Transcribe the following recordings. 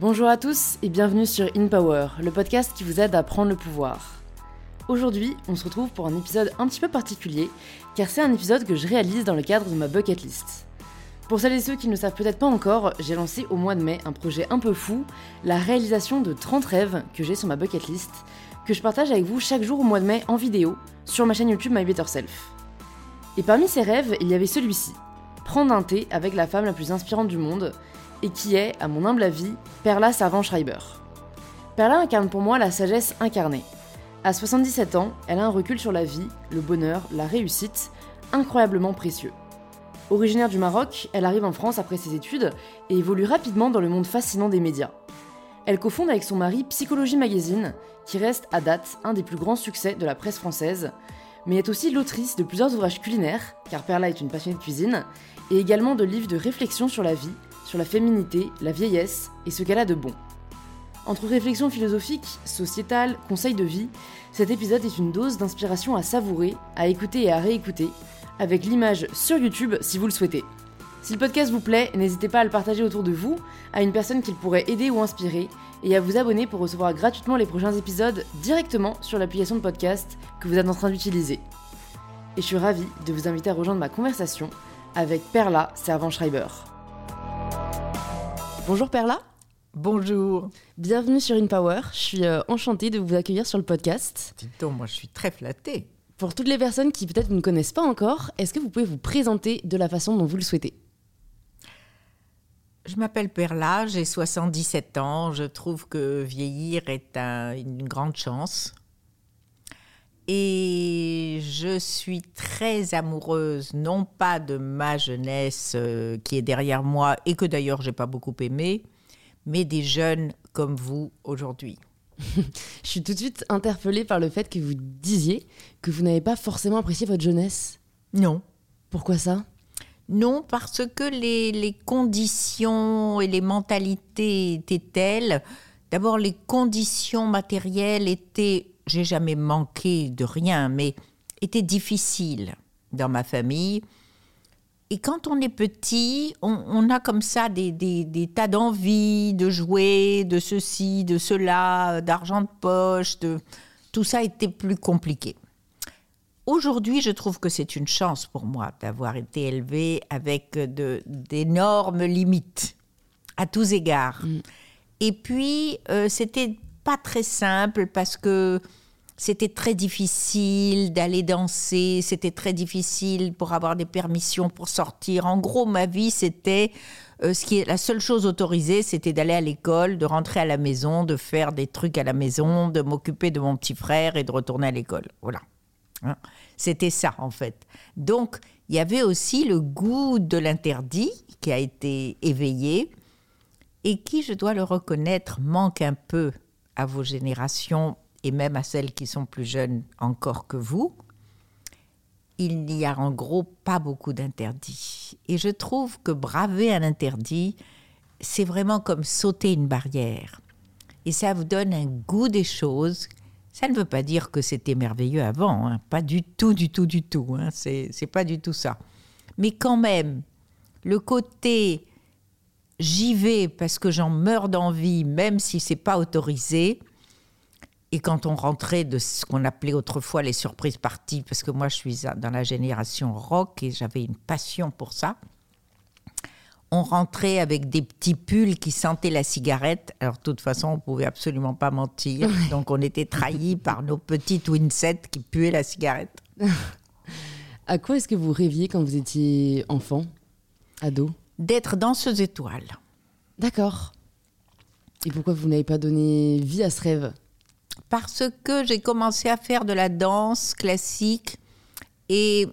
Bonjour à tous et bienvenue sur In Power, le podcast qui vous aide à prendre le pouvoir. Aujourd'hui, on se retrouve pour un épisode un petit peu particulier, car c'est un épisode que je réalise dans le cadre de ma bucket list. Pour celles et ceux qui ne le savent peut-être pas encore, j'ai lancé au mois de mai un projet un peu fou, la réalisation de 30 rêves que j'ai sur ma bucket list, que je partage avec vous chaque jour au mois de mai en vidéo, sur ma chaîne YouTube My Better Self. Et parmi ces rêves, il y avait celui-ci, prendre un thé avec la femme la plus inspirante du monde, et qui est, à mon humble avis, Perla Servan-Schreiber. Perla incarne pour moi la sagesse incarnée. À 77 ans, elle a un recul sur la vie, le bonheur, la réussite, incroyablement précieux. Originaire du Maroc, elle arrive en France après ses études et évolue rapidement dans le monde fascinant des médias. Elle cofonde avec son mari Psychologie Magazine, qui reste à date un des plus grands succès de la presse française, mais est aussi l'autrice de plusieurs ouvrages culinaires, car Perla est une passionnée de cuisine, et également de livres de réflexion sur la vie, sur la féminité, la vieillesse et ce qu'elle a de bon. Entre réflexions philosophiques, sociétales, conseils de vie, cet épisode est une dose d'inspiration à savourer, à écouter et à réécouter, avec l'image sur YouTube si vous le souhaitez. Si le podcast vous plaît, n'hésitez pas à le partager autour de vous, à une personne qu'il pourrait aider ou inspirer, et à vous abonner pour recevoir gratuitement les prochains épisodes directement sur l'application de podcast que vous êtes en train d'utiliser. Et je suis ravie de vous inviter à rejoindre ma conversation avec Perla Servan-Schreiber. Bonjour Perla. Bonjour. Bienvenue sur In Power, je suis enchantée de vous accueillir sur le podcast. Dites donc, moi je suis très flattée. Pour toutes les personnes qui peut-être ne connaissent pas encore, est-ce que vous pouvez vous présenter de la façon dont vous le souhaitez ? Je m'appelle Perla, j'ai 77 ans. Je trouve que vieillir est une grande chance. Et je suis très amoureuse, non pas de ma jeunesse qui est derrière moi et que d'ailleurs j'ai pas beaucoup aimé, mais des jeunes comme vous aujourd'hui. Je suis tout de suite interpellée par le fait que vous disiez que vous n'avez pas forcément apprécié votre jeunesse. Non. Pourquoi ça ? Non, parce que les conditions et les mentalités étaient telles. D'abord, les conditions matérielles étaient, j'ai jamais manqué de rien, mais étaient difficiles dans ma famille. Et quand on est petit, on a comme ça des tas d'envies, de jouer, de ceci, de cela, d'argent de poche, tout ça était plus compliqué. Aujourd'hui, je trouve que c'est une chance pour moi d'avoir été élevée avec d'énormes limites, à tous égards. Et puis, c'était pas très simple parce que c'était très difficile d'aller danser, c'était très difficile pour avoir des permissions pour sortir. En gros, ma vie, c'était la seule chose autorisée, c'était d'aller à l'école, de rentrer à la maison, de faire des trucs à la maison, de m'occuper de mon petit frère et de retourner à l'école. Voilà. C'était ça, en fait. Donc, il y avait aussi le goût de l'interdit qui a été éveillé et qui, je dois le reconnaître, manque un peu à vos générations et même à celles qui sont plus jeunes encore que vous. Il n'y a en gros pas beaucoup d'interdits. Et je trouve que braver un interdit, c'est vraiment comme sauter une barrière. Et ça vous donne un goût des choses. Ça ne veut pas dire que c'était merveilleux avant, hein. Pas du tout, hein. C'est pas du tout ça. Mais quand même, le côté j'y vais parce que j'en meurs d'envie, même si c'est pas autorisé. Et quand on rentrait de ce qu'on appelait autrefois les surprises parties, parce que moi je suis dans la génération rock et j'avais une passion pour ça, on rentrait avec des petits pulls qui sentaient la cigarette. Alors de toute façon, on ne pouvait absolument pas mentir. Donc on était trahis par nos petites Winsett qui puaient la cigarette. À quoi est-ce que vous rêviez quand vous étiez enfant, ado ? D'être danseuse étoile. D'accord. Et pourquoi vous n'avez pas donné vie à ce rêve ? Parce que j'ai commencé à faire de la danse classique et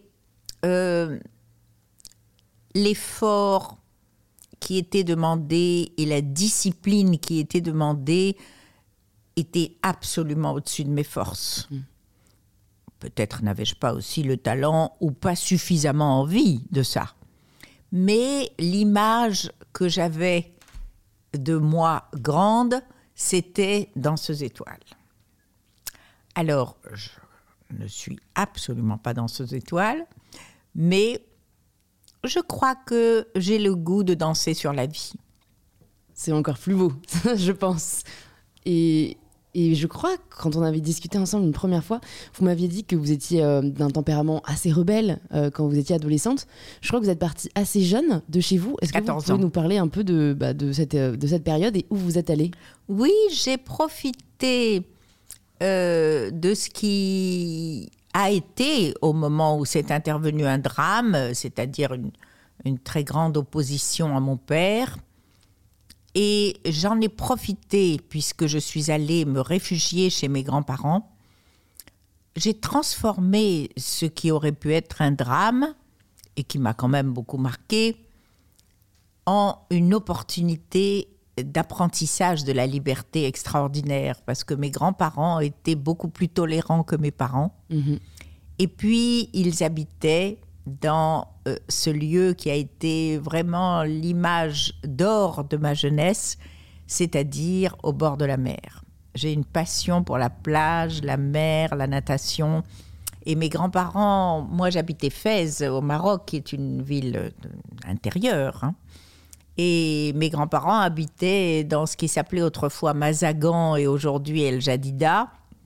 l'effort qui était demandé et la discipline qui était demandée était absolument au-dessus de mes forces. Peut-être n'avais-je pas aussi le talent ou pas suffisamment envie de ça. Mais l'image que j'avais de moi grande, c'était danseuse étoile. Alors, je ne suis absolument pas danseuse étoile, mais je crois que j'ai le goût de danser sur la vie. c'est encore plus beau, je pense. Et je crois, quand on avait discuté ensemble une première fois, vous m'aviez dit que vous étiez d'un tempérament assez rebelle quand vous étiez adolescente. Je crois que vous êtes partie assez jeune de chez vous. Est-ce que vous pouvez nous parler un peu de cette période et où vous êtes allée ? Oui, j'ai profité de ce qui a été au moment où s'est intervenu un drame, c'est-à-dire une très grande opposition à mon père. Et j'en ai profité, puisque je suis allée me réfugier chez mes grands-parents. J'ai transformé ce qui aurait pu être un drame, et qui m'a quand même beaucoup marqué, en une opportunité d'apprentissage de la liberté extraordinaire, parce que mes grands-parents étaient beaucoup plus tolérants que mes parents. Mmh. Et puis, ils habitaient dans ce lieu qui a été vraiment l'image d'or de ma jeunesse, c'est-à-dire au bord de la mer. J'ai une passion pour la plage, la mer, la natation. Et mes grands-parents, moi j'habitais Fès au Maroc, qui est une ville intérieure, hein. Et mes grands-parents habitaient dans ce qui s'appelait autrefois Mazagan et aujourd'hui El Jadida,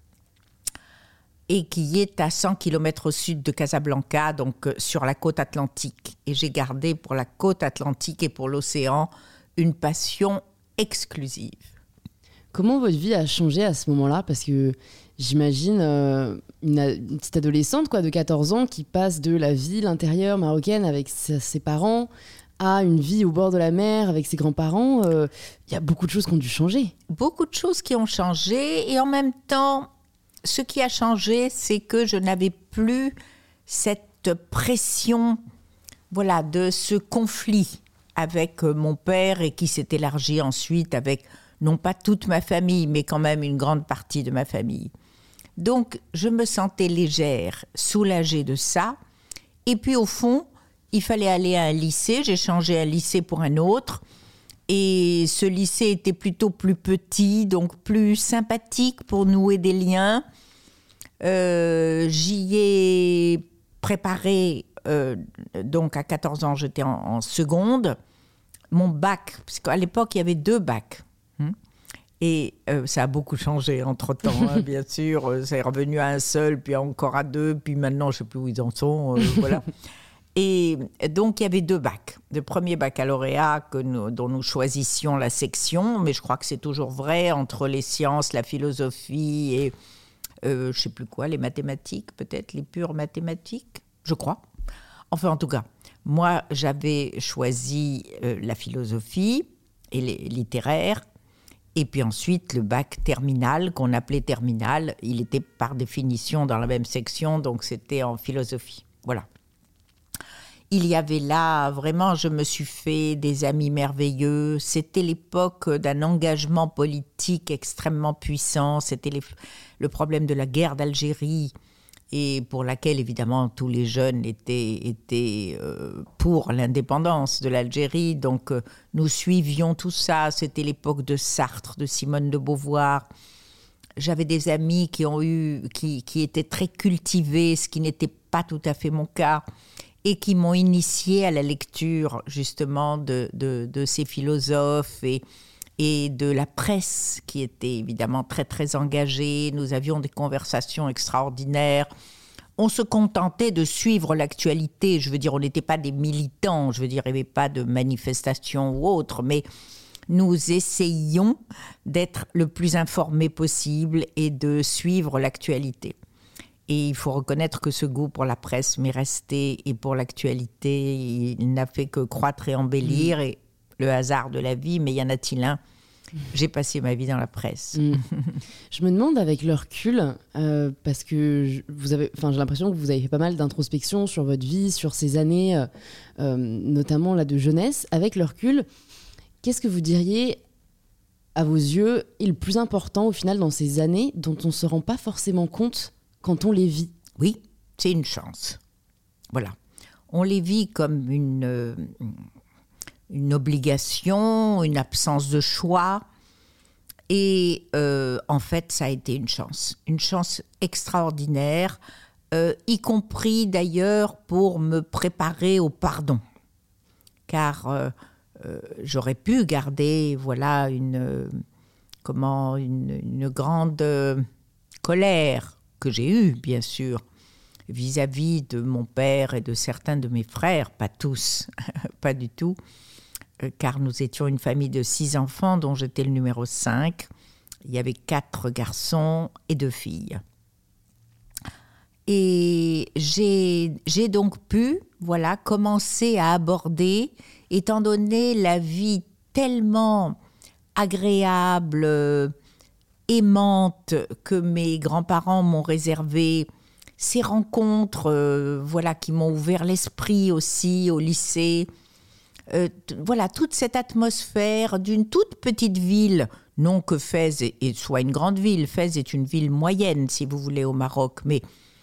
et qui est à 100 km au sud de Casablanca, donc sur la côte atlantique. Et j'ai gardé pour la côte atlantique et pour l'océan une passion exclusive. Comment votre vie a changé à ce moment-là ? Parce que j'imagine une petite adolescente de 14 ans qui passe de la ville intérieure marocaine avec ses parents à une vie au bord de la mer avec ses grands-parents. Il y a beaucoup de choses qui ont dû changer. Beaucoup de choses qui ont changé et en même temps, ce qui a changé, c'est que je n'avais plus cette pression, de ce conflit avec mon père et qui s'est élargi ensuite avec, non pas toute ma famille, mais quand même une grande partie de ma famille. Donc, je me sentais légère, soulagée de ça. Et puis, au fond, il fallait aller à un lycée. J'ai changé un lycée pour un autre. Et ce lycée était plutôt plus petit, donc plus sympathique pour nouer des liens. J'y ai préparé, donc à 14 ans, j'étais en seconde, mon bac, parce qu'à l'époque, il y avait 2 bacs. Et ça a beaucoup changé entre-temps, bien sûr. C'est revenu à un seul, puis encore à 2, puis maintenant, je ne sais plus où ils en sont, voilà. Et donc, il y avait 2 bacs. Le premier baccalauréat dont nous choisissions la section, mais je crois que c'est toujours vrai, entre les sciences, la philosophie et, je ne sais plus quoi, les mathématiques, peut-être, les pures mathématiques, je crois. Enfin, en tout cas, moi, j'avais choisi la philosophie et les littéraires, et puis ensuite, le bac terminal, qu'on appelait terminal, il était par définition dans la même section, donc c'était en philosophie. Voilà. Il y avait là, vraiment, je me suis fait des amis merveilleux. C'était l'époque d'un engagement politique extrêmement puissant. C'était le problème de la guerre d'Algérie et pour laquelle, évidemment, tous les jeunes étaient pour l'indépendance de l'Algérie. Donc, nous suivions tout ça. C'était l'époque de Sartre, de Simone de Beauvoir. J'avais des amis qui étaient très cultivés, ce qui n'était pas tout à fait mon cas, et qui m'ont initiée à la lecture, justement, de ces philosophes et de la presse, qui était évidemment très, très engagée. Nous avions des conversations extraordinaires. On se contentait de suivre l'actualité. Je veux dire, on n'était pas des militants. Je veux dire, il n'y avait pas de manifestations ou autre, mais nous essayions d'être le plus informés possible et de suivre l'actualité. Et il faut reconnaître que ce goût pour la presse m'est resté, et pour l'actualité, il n'a fait que croître et embellir, et le hasard de la vie, mais y en a-t-il un ? J'ai passé ma vie dans la presse. Je me demande avec le recul, parce que j'ai l'impression que vous avez fait pas mal d'introspection sur votre vie, sur ces années, notamment là, de jeunesse. Avec le recul, qu'est-ce que vous diriez, à vos yeux, est le plus important au final dans ces années dont on ne se rend pas forcément compte quand on les vit? Oui, c'est une chance. Voilà. On les vit comme une obligation, une absence de choix. Et en fait, ça a été une chance extraordinaire, y compris d'ailleurs pour me préparer au pardon. Car j'aurais pu garder une grande colère que j'ai eue, bien sûr, vis-à-vis de mon père et de certains de mes frères, pas tous, pas du tout, car nous étions une famille de 6 enfants dont j'étais le numéro 5. Il y avait 4 garçons et 2 filles. Et j'ai donc pu commencer à aborder, étant donné la vie tellement agréable, aimante que mes grands-parents m'ont réservée, ces rencontres qui m'ont ouvert l'esprit aussi au lycée, toute cette atmosphère d'une toute petite ville, non que Fès soit une grande ville, Fès est une ville moyenne si vous voulez au Maroc, mais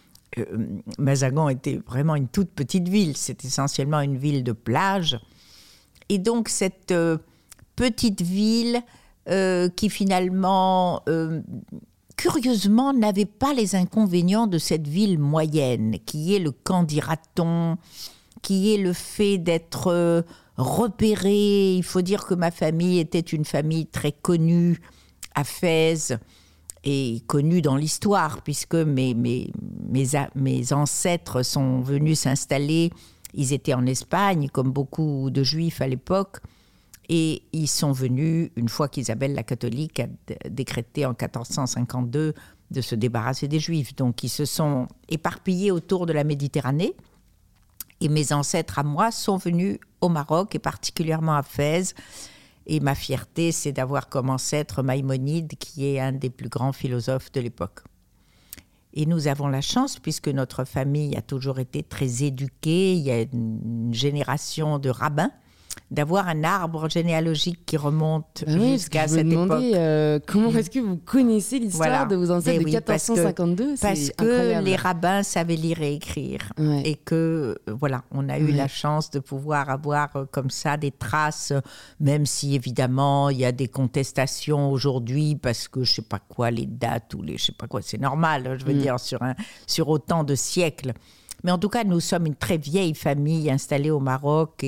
Mazagan était vraiment une toute petite ville, c'est essentiellement une ville de plage. Et donc cette petite ville qui finalement, curieusement, n'avait pas les inconvénients de cette ville moyenne, qui est le camp d'Iraton, qui est le fait d'être repéré. Il faut dire que ma famille était une famille très connue à Fès, et connue dans l'histoire, puisque mes ancêtres sont venus s'installer. Ils étaient en Espagne, comme beaucoup de Juifs à l'époque, et ils sont venus, une fois qu'Isabelle la catholique a décrété en 1452 de se débarrasser des Juifs. Donc ils se sont éparpillés autour de la Méditerranée, et mes ancêtres à moi sont venus au Maroc, et particulièrement à Fès. Et ma fierté, c'est d'avoir comme ancêtre Maïmonide, qui est un des plus grands philosophes de l'époque. Et nous avons la chance, puisque notre famille a toujours été très éduquée, il y a une génération de rabbins, d'avoir un arbre généalogique qui remonte jusqu'à cette époque. Comment est-ce que vous connaissez l'histoire de vos ancêtres de 1452 Parce que les rabbins savaient lire et écrire. Ouais. Et que, on a eu la chance de pouvoir avoir comme ça des traces, même si évidemment il y a des contestations aujourd'hui, parce que je ne sais pas quoi, les dates ou les je ne sais pas quoi, c'est normal, je veux dire, sur autant de siècles. Mais en tout cas, nous sommes une très vieille famille installée au Maroc.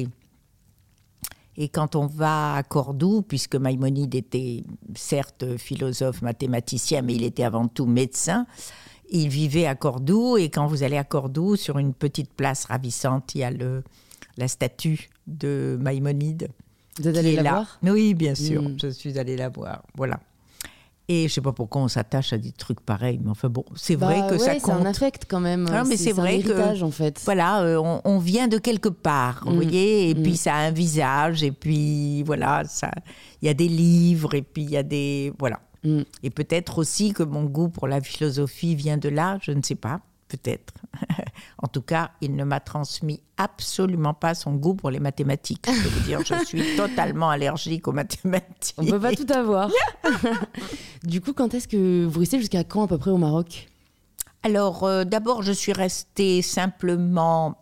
Et quand on va à Cordoue, puisque Maïmonide était certes philosophe, mathématicien, mais il était avant tout médecin, il vivait à Cordoue. Et quand vous allez à Cordoue, sur une petite place ravissante, il y a la statue de Maïmonide. Vous êtes allée la voir ? Oui, bien sûr, je suis allée la voir, voilà. Et je ne sais pas pourquoi on s'attache à des trucs pareils, mais enfin bon, c'est vrai que ça compte. C'est un affect quand même, mais c'est vrai un héritage en fait. Voilà, on vient de quelque part, vous voyez, et puis ça a un visage, et puis voilà, il y a des livres, et puis il y a des... Voilà. Et peut-être aussi que mon goût pour la philosophie vient de là, je ne sais pas, peut-être. En tout cas, il ne m'a transmis absolument pas son goût pour les mathématiques. Je veux dire, je suis totalement allergique aux mathématiques. On ne peut pas tout avoir. Du coup, quand est-ce que vous restez jusqu'à quand à peu près au Maroc ? Alors, d'abord, je suis restée simplement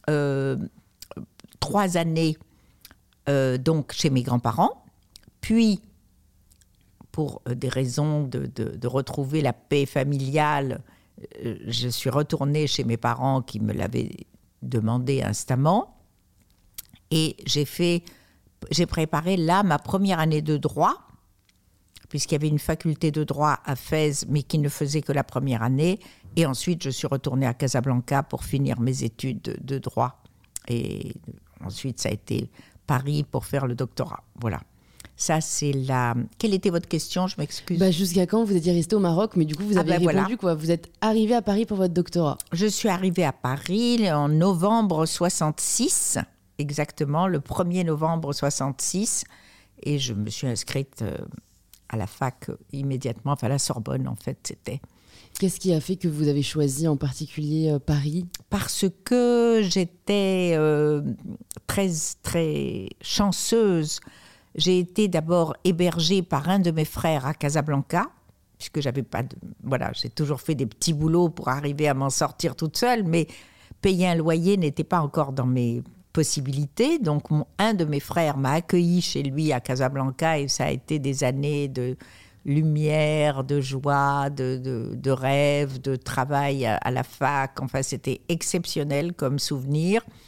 3 années donc chez mes grands-parents. Puis, pour des raisons de retrouver la paix familiale, je suis retournée chez mes parents qui me l'avaient demandé instamment. Et j'ai préparé là ma première année de droit, puisqu'il y avait une faculté de droit à Fès, mais qui ne faisait que la première année. Et ensuite, je suis retournée à Casablanca pour finir mes études de droit. Et ensuite, ça a été Paris pour faire le doctorat. Voilà. Ça, c'est la... Quelle était votre question ? Je m'excuse. Jusqu'à quand vous étiez restée au Maroc, mais du coup, vous avez répondu quoi ? Vous êtes arrivée à Paris pour votre doctorat ? Je suis arrivée à Paris en novembre 66, exactement, le 1er novembre 66. Et je me suis inscrite à la fac immédiatement, enfin à la Sorbonne, en fait, c'était. Qu'est-ce qui a fait que vous avez choisi en particulier Paris ? Parce que j'étais très, très chanceuse. J'ai été d'abord hébergée par un de mes frères à Casablanca, puisque j'avais pas de... Voilà, j'ai toujours fait des petits boulots pour arriver à m'en sortir toute seule, mais payer un loyer n'était pas encore dans mes possibilités. Donc, un de mes frères m'a accueillie chez lui à Casablanca et ça a été des années de lumière, de joie, de rêve, de travail à la fac. Enfin, c'était exceptionnel comme souvenir.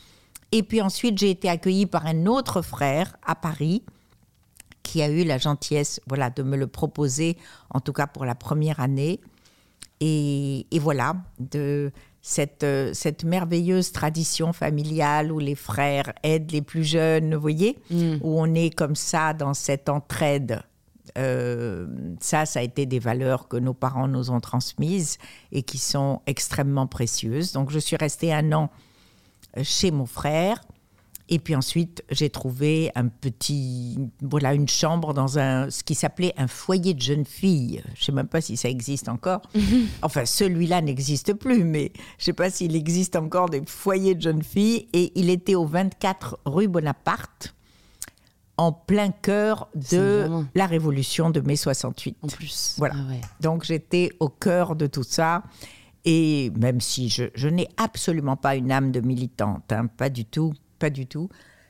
Et puis ensuite, j'ai été accueillie par un autre frère à Paris qui a eu la gentillesse de me le proposer, en tout cas pour la première année. Et voilà, de cette merveilleuse tradition familiale où les frères aident les plus jeunes, vous voyez, où on est comme ça dans cette entraide. Ça a été des valeurs que nos parents nous ont transmises et qui sont extrêmement précieuses. Donc, je suis restée 1 an chez mon frère. Et puis ensuite, j'ai trouvé une chambre dans ce qui s'appelait un foyer de jeunes filles. Je ne sais même pas si ça existe encore. Enfin, celui-là n'existe plus, mais je ne sais pas s'il existe encore des foyers de jeunes filles. Et il était au 24 rue Bonaparte, en plein cœur de la révolution de mai 68. En plus. Voilà. Ah ouais. Donc, j'étais au cœur de tout ça. Et même si je n'ai absolument pas une âme de militante, pas du tout. Pas du tout.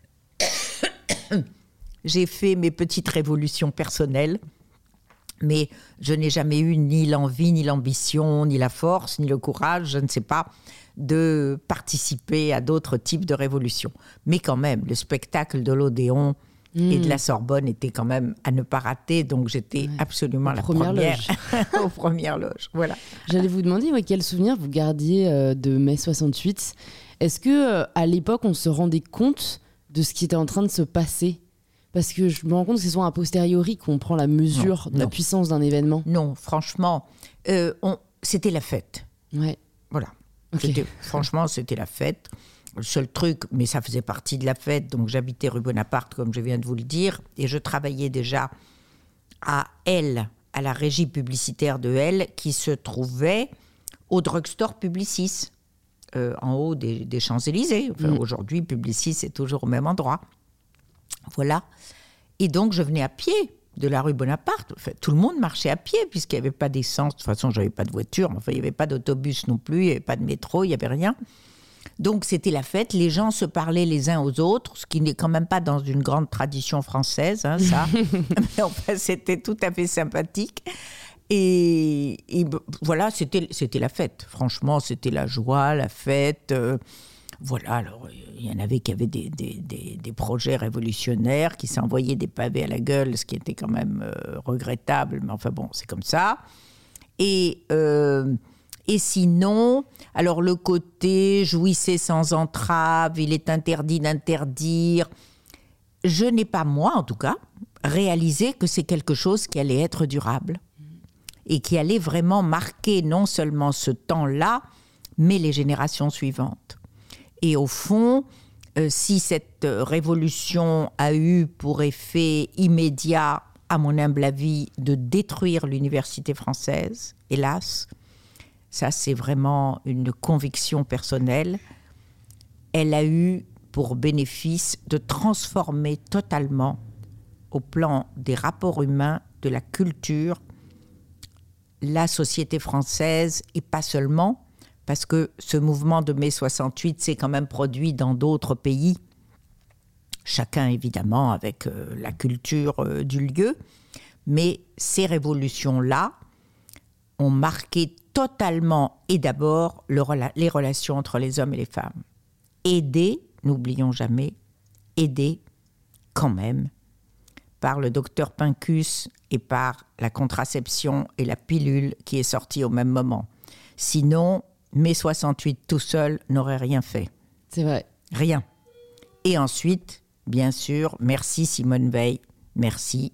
J'ai fait mes petites révolutions personnelles, mais je n'ai jamais eu ni l'envie, ni l'ambition, ni la force, ni le courage, je ne sais pas, de participer à d'autres types de révolutions. Mais quand même, le spectacle de l'Odéon et de la Sorbonne était quand même à ne pas rater, donc j'étais absolument la première aux premières loges. Voilà. J'allais vous demander quel souvenir vous gardiez de mai 68. Est-ce qu'à l'époque, on se rendait compte de ce qui était en train de se passer ? Parce que je me rends compte que c'est souvent a posteriori qu'on prend la mesure de la puissance d'un événement. Non, franchement, c'était la fête. Ouais. Voilà. Okay. Franchement, c'était la fête. Le seul truc, mais ça faisait partie de la fête, donc j'habitais rue Bonaparte, comme je viens de vous le dire, et je travaillais déjà à la régie publicitaire de Elle, qui se trouvait au drugstore Publicis. En haut des Champs-Élysées. Aujourd'hui, Publicis est toujours au même endroit. Voilà. Et donc, je venais à pied de la rue Bonaparte. Tout le monde marchait à pied, puisqu'il n'y avait pas d'essence. De toute façon, je n'avais pas de voiture, mais il n'y avait pas d'autobus non plus, il n'y avait pas de métro, il n'y avait rien. Donc, c'était la fête. Les gens se parlaient les uns aux autres, ce qui n'est quand même pas dans une grande tradition française, ça. Mais enfin, c'était tout à fait sympathique. Et voilà, c'était la fête. Franchement, c'était la joie, la fête. Voilà, alors il y en avait qui avaient des projets révolutionnaires, qui s'envoyaient des pavés à la gueule, ce qui était quand même regrettable. Mais enfin bon, c'est comme ça. Et sinon, alors le côté jouissez sans entrave, il est interdit d'interdire. Je n'ai pas, moi en tout cas, réalisé que c'est quelque chose qui allait être durable. Et qui allait vraiment marquer non seulement ce temps-là, mais les générations suivantes. Et au fond, si cette révolution a eu pour effet immédiat, à mon humble avis, de détruire l'université française, hélas, ça c'est vraiment une conviction personnelle, elle a eu pour bénéfice de transformer totalement, au plan des rapports humains, de la culture, la société française, et pas seulement, parce que ce mouvement de mai 68 s'est quand même produit dans d'autres pays, chacun évidemment avec la culture du lieu, mais ces révolutions-là ont marqué totalement et d'abord les relations entre les hommes et les femmes. Aidées, n'oublions jamais, aidées quand même, par le docteur Pincus et par la contraception et la pilule qui est sortie au même moment. Sinon, mai 68 tout seul n'aurait rien fait. C'est vrai. Rien. Et ensuite, bien sûr, merci Simone Veil. Merci.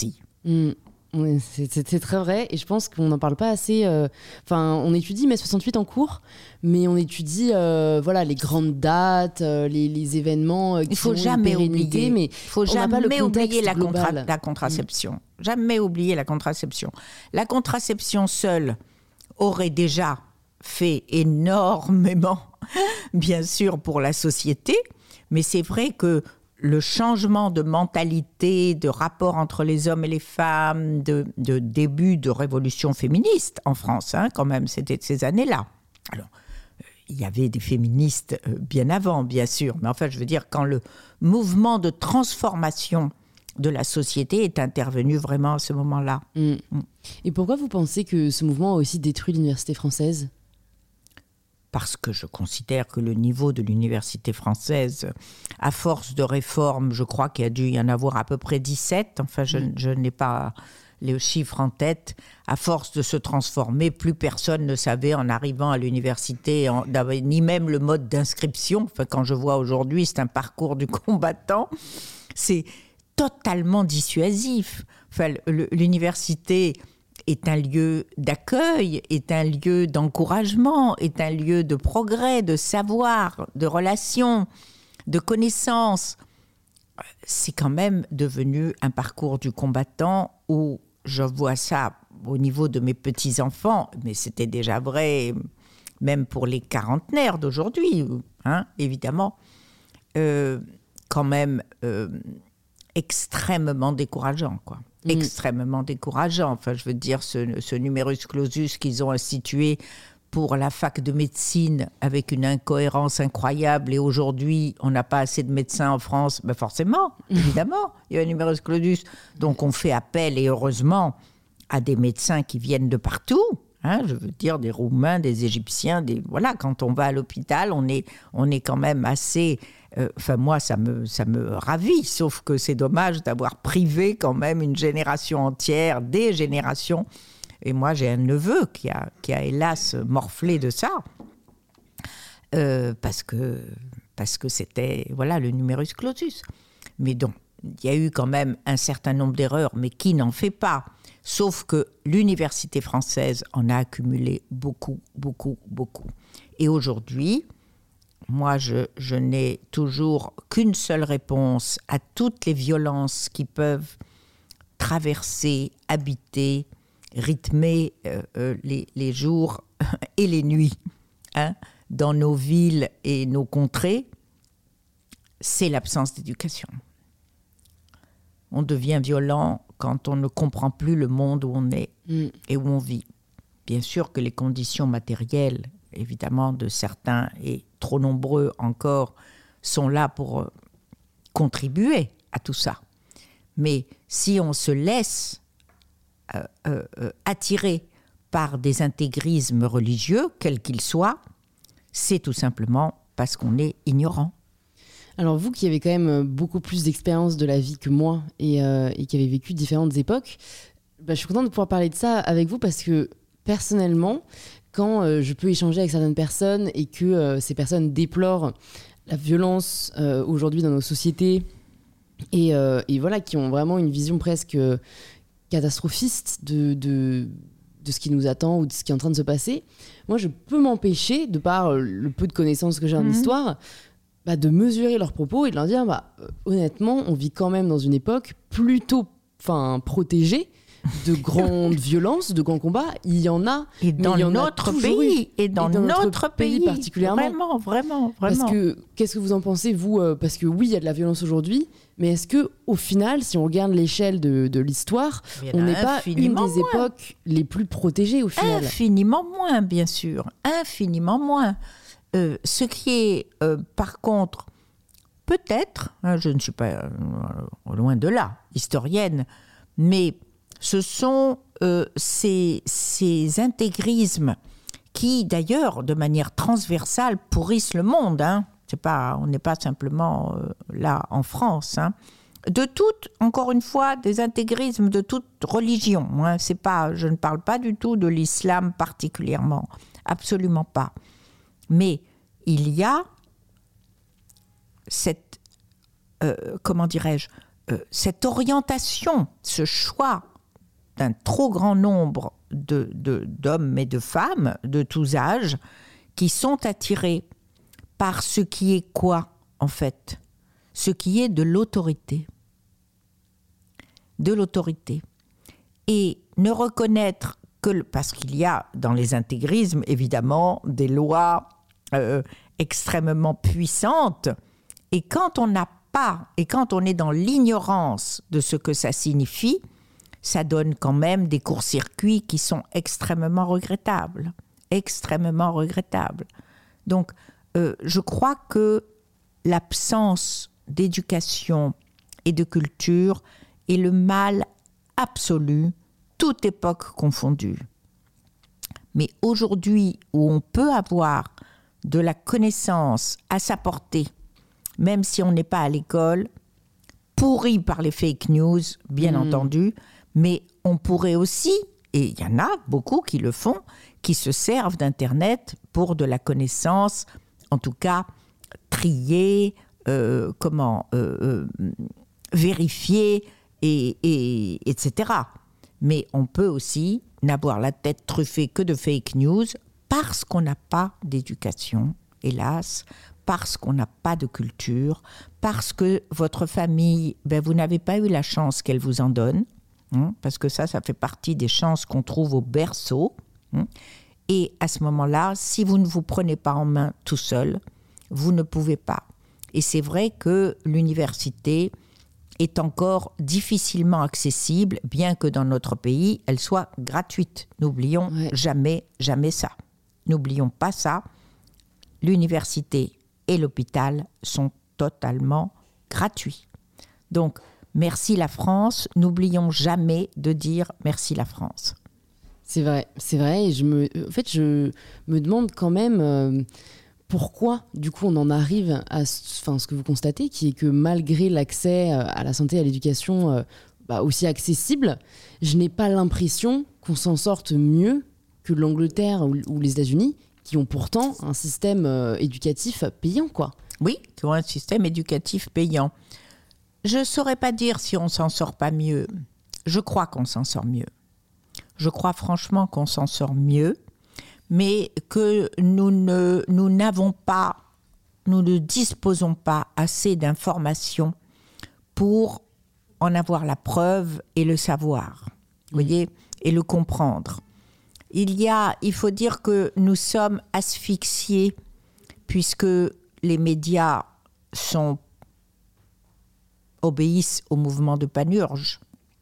Oui, c'est très vrai et je pense qu'on n'en parle pas assez. On étudie mai 68 en cours, mais on étudie les grandes dates, les événements qui faut ont jamais une pérennité, mais il faut jamais oublier la contraception. Jamais oublier la contraception. La contraception seule aurait déjà fait énormément, bien sûr, pour la société, mais c'est vrai que le changement de mentalité, de rapport entre les hommes et les femmes, de début de révolution féministe en France, quand même, c'était de ces années-là. Alors, il y avait des féministes bien avant, bien sûr, mais enfin, je veux dire, quand le mouvement de transformation de la société est intervenu vraiment à ce moment-là. Et pourquoi vous pensez que ce mouvement a aussi détruit l'université française ? parce que je considère que le niveau de l'université française, à force de réformes, je crois qu'il y a dû y en avoir à peu près 17, enfin je n'ai pas les chiffres en tête, à force de se transformer, plus personne ne savait en arrivant à l'université, ni même le mode d'inscription. Enfin, quand je vois aujourd'hui, c'est un parcours du combattant, c'est totalement dissuasif. Enfin, l'université est un lieu d'accueil, est un lieu d'encouragement, est un lieu de progrès, de savoir, de relations, de connaissances. C'est quand même devenu un parcours du combattant où je vois ça au niveau de mes petits-enfants, mais c'était déjà vrai même pour les quarantenaires d'aujourd'hui, hein, évidemment, quand même extrêmement décourageant, quoi. Extrêmement décourageant. Enfin, je veux dire, ce numerus clausus qu'ils ont institué pour la fac de médecine avec une incohérence incroyable, et aujourd'hui, on n'a pas assez de médecins en France, ben forcément, évidemment, il y a un numerus clausus. Donc, on fait appel, et heureusement, à des médecins qui viennent de partout. Hein, je veux dire, des Roumains, des Égyptiens, voilà, quand on va à l'hôpital, on est quand même assez... Enfin, moi, ça me ravit, sauf que c'est dommage d'avoir privé quand même une génération entière, des générations. Et moi, j'ai un neveu qui a hélas morflé de ça, parce que c'était, voilà, le numerus clausus. Mais donc, il y a eu quand même un certain nombre d'erreurs, mais qui n'en fait pas? Sauf que l'université française en a accumulé beaucoup, beaucoup, beaucoup. Et aujourd'hui, moi, je n'ai toujours qu'une seule réponse à toutes les violences qui peuvent traverser, habiter, rythmer les jours et les nuits, hein, dans nos villes et nos contrées, c'est l'absence d'éducation. On devient violent quand on ne comprend plus le monde où on est et où on vit. Bien sûr que les conditions matérielles, évidemment, de certains, et trop nombreux encore, sont là pour contribuer à tout ça. Mais si on se laisse attirer par des intégrismes religieux, quels qu'ils soient, c'est tout simplement parce qu'on est ignorant. Alors vous qui avez quand même beaucoup plus d'expérience de la vie que moi et qui avez vécu différentes époques, je suis contente de pouvoir parler de ça avec vous parce que personnellement, quand je peux échanger avec certaines personnes et que ces personnes déplorent la violence aujourd'hui dans nos sociétés et voilà, qui ont vraiment une vision presque catastrophiste de ce qui nous attend ou de ce qui est en train de se passer, moi je peux m'empêcher, de par le peu de connaissances que j'ai en histoire, de mesurer leurs propos et de leur dire honnêtement, on vit quand même dans une époque plutôt protégée de grandes violences, de grands combats. Il y en a, et dans notre pays, et dans notre pays particulièrement. Vraiment. Parce que, qu'est-ce que vous en pensez, vous? Parce que oui, il y a de la violence aujourd'hui, mais est-ce que, au final, si on regarde l'échelle de l'histoire, on n'est pas une des époques les plus protégées au final? Infiniment moins, bien sûr. Infiniment moins. Ce qui est, par contre, peut-être, je ne suis pas loin de là, historienne, mais ce sont ces intégrismes qui, d'ailleurs, de manière transversale, pourrissent le monde. Hein. On n'est pas simplement là en France. Hein. Encore une fois, des intégrismes de toute religion. Hein. Je ne parle pas du tout de l'islam particulièrement. Absolument pas. Mais il y a cette, cette orientation, ce choix d'un trop grand nombre d'hommes et de femmes de tous âges qui sont attirés par ce qui est quoi, en fait? Ce qui est de l'autorité. De l'autorité. Et ne reconnaître parce qu'il y a dans les intégrismes, évidemment, des lois extrêmement puissantes. Et quand on n'a pas, et quand on est dans l'ignorance de ce que ça signifie, ça donne quand même des courts-circuits qui sont extrêmement regrettables. Extrêmement regrettables. Donc, je crois que l'absence d'éducation et de culture est le mal absolu, toute époque confondue. Mais aujourd'hui, où on peut avoir de la connaissance à sa portée, même si on n'est pas à l'école, pourri par les fake news, bien entendu, mais on pourrait aussi, et il y en a beaucoup qui le font, qui se servent d'Internet pour de la connaissance, en tout cas trier, vérifier, etc. Mais on peut aussi n'avoir la tête truffée que de fake news parce qu'on n'a pas d'éducation, hélas, parce qu'on n'a pas de culture, parce que votre famille, vous n'avez pas eu la chance qu'elle vous en donne, parce que ça fait partie des chances qu'on trouve au berceau. Et à ce moment-là, si vous ne vous prenez pas en main tout seul, vous ne pouvez pas. Et c'est vrai que l'université est encore difficilement accessible, bien que dans notre pays, elle soit gratuite. N'oublions jamais ça. N'oublions pas ça. L'université et l'hôpital sont totalement gratuits. Donc, merci la France. N'oublions jamais de dire merci la France. C'est vrai. Et je me demande quand même pourquoi, du coup, on en arrive à ce que vous constatez, qui est que malgré l'accès à la santé et à l'éducation aussi accessible, je n'ai pas l'impression qu'on s'en sorte mieux que l'Angleterre ou les États-Unis, qui ont pourtant un système éducatif payant, quoi. Oui, qui ont un système éducatif payant. Je ne saurais pas dire si on ne s'en sort pas mieux. Je crois qu'on s'en sort mieux. Je crois franchement qu'on s'en sort mieux, mais que nous ne disposons pas assez d'informations pour en avoir la preuve et le savoir, voyez, et le comprendre. Il faut dire que nous sommes asphyxiés puisque les médias obéissent au mouvement de Panurge.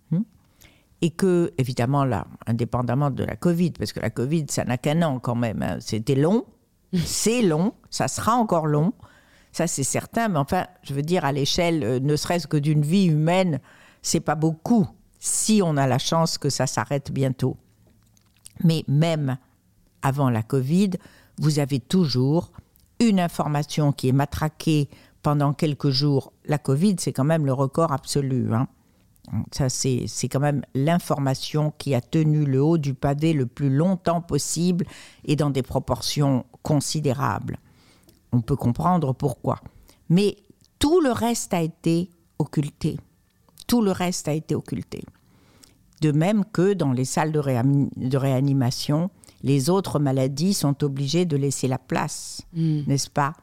Et que, évidemment, là, indépendamment de la Covid, parce que la Covid, ça n'a qu'un an quand même, hein. C'était long, c'est long, ça sera encore long, ça c'est certain, mais enfin, je veux dire, à l'échelle, ne serait-ce que d'une vie humaine, c'est pas beaucoup, si on a la chance que ça s'arrête bientôt. Mais même avant la Covid, vous avez toujours une information qui est matraquée pendant quelques jours. La Covid, c'est quand même le record absolu, hein. Ça, c'est quand même l'information qui a tenu le haut du pavé le plus longtemps possible et dans des proportions considérables. On peut comprendre pourquoi. Mais tout le reste a été occulté. Tout le reste a été occulté. De même que dans les salles de réanimation, les autres maladies sont obligées de laisser la place, n'est-ce pas,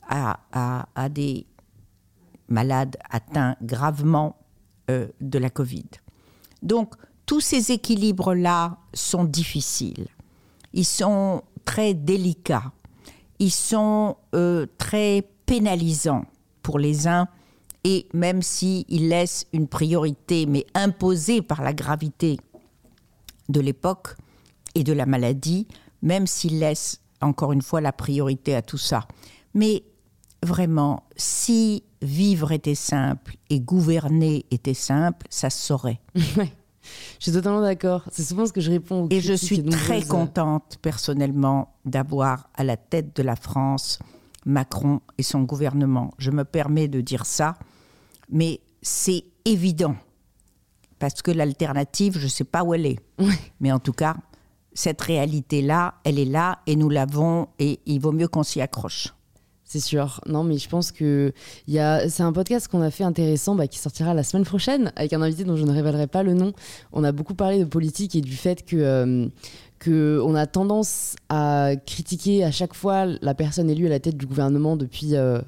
à des malades atteints gravement de la Covid. Donc, tous ces équilibres-là sont difficiles. Ils sont très délicats. Ils sont très pénalisants pour les uns, et même s'ils laissent une priorité, mais imposée par la gravité de l'époque et de la maladie, même s'ils laissent, encore une fois, la priorité à tout ça. Mais vraiment, si vivre était simple et gouverner était simple, ça se saurait. Ouais, je suis totalement d'accord. C'est souvent ce que je réponds aux critiques. Et je suis très contente, personnellement, d'avoir à la tête de la France Macron et son gouvernement. Je me permets de dire ça, mais c'est évident. Parce que l'alternative, je ne sais pas où elle est. Ouais. Mais en tout cas, cette réalité-là, elle est là et nous l'avons et il vaut mieux qu'on s'y accroche. C'est sûr. Non, mais je pense que c'est un podcast qu'on a fait intéressant qui sortira la semaine prochaine avec un invité dont je ne révélerai pas le nom. On a beaucoup parlé de politique et du fait que on a tendance à critiquer à chaque fois la personne élue à la tête du gouvernement depuis la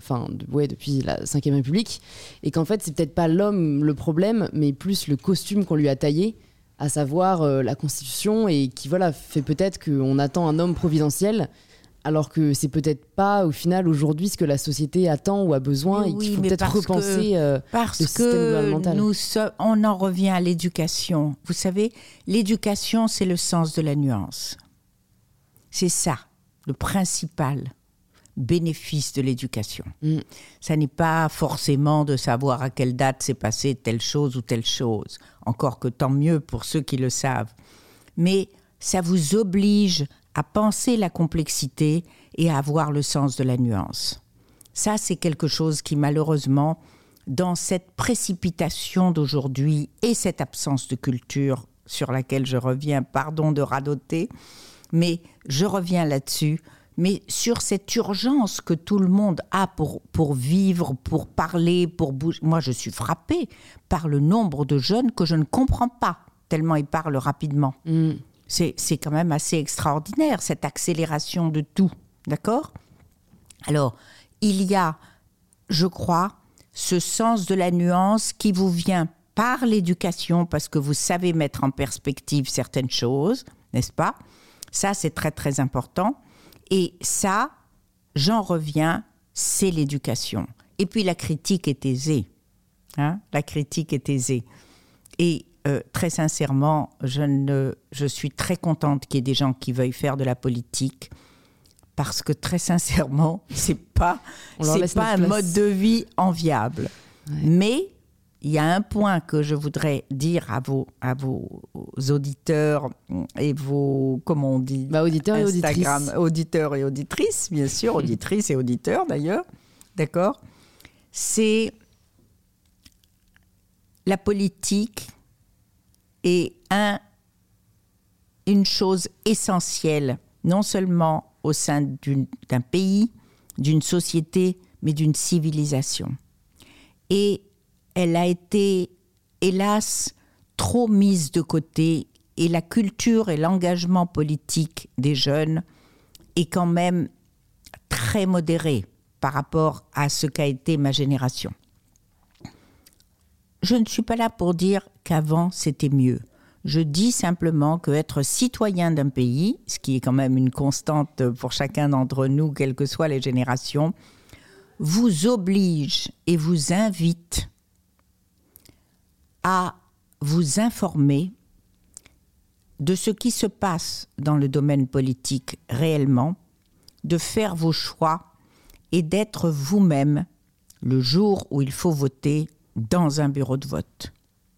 Ve République, et qu'en fait, c'est peut-être pas l'homme le problème, mais plus le costume qu'on lui a taillé, à savoir la Constitution, et qui fait peut-être qu'on attend un homme providentiel, alors que c'est peut-être pas, au final, aujourd'hui, ce que la société attend ou a besoin, et qu'il faut peut-être repenser le système gouvernemental. On en revient à l'éducation. Vous savez, l'éducation, c'est le sens de la nuance. C'est ça, le principal bénéfice de l'éducation. Ça n'est pas forcément de savoir à quelle date s'est passée telle chose ou telle chose. Encore que tant mieux pour ceux qui le savent. Mais ça vous oblige à penser la complexité et à avoir le sens de la nuance. Ça, c'est quelque chose qui, malheureusement, dans cette précipitation d'aujourd'hui et cette absence de culture sur laquelle je reviens, pardon de radoter, mais je reviens là-dessus, mais sur cette urgence que tout le monde a pour vivre, pour parler, pour bouger. Moi, je suis frappée par le nombre de jeunes que je ne comprends pas, tellement ils parlent rapidement. C'est quand même assez extraordinaire, cette accélération de tout, d'accord ? Alors, il y a, je crois, ce sens de la nuance qui vous vient par l'éducation, parce que vous savez mettre en perspective certaines choses, n'est-ce pas ? Ça, c'est très, très important. Et ça, j'en reviens, c'est l'éducation. Et puis, la critique est aisée. La critique est aisée. Et très sincèrement, je suis très contente qu'il y ait des gens qui veuillent faire de la politique, parce que très sincèrement, c'est pas un mode de vie enviable. Ouais. Mais il y a un point que je voudrais dire à vos auditeurs et vos, comment on dit, auditeurs Instagram, et auditrices. Auditeurs et auditrices, bien sûr, auditrices et auditeurs d'ailleurs, d'accord ? C'est la politique est une chose essentielle, non seulement au sein d'un pays, d'une société, mais d'une civilisation. Et elle a été, hélas, trop mise de côté, et la culture et l'engagement politique des jeunes est quand même très modéré par rapport à ce qu'a été ma génération. Je ne suis pas là pour dire qu'avant c'était mieux. Je dis simplement qu'être citoyen d'un pays, ce qui est quand même une constante pour chacun d'entre nous, quelles que soient les générations, vous oblige et vous invite à vous informer de ce qui se passe dans le domaine politique réellement, de faire vos choix et d'être vous-même le jour où il faut voter dans un bureau de vote.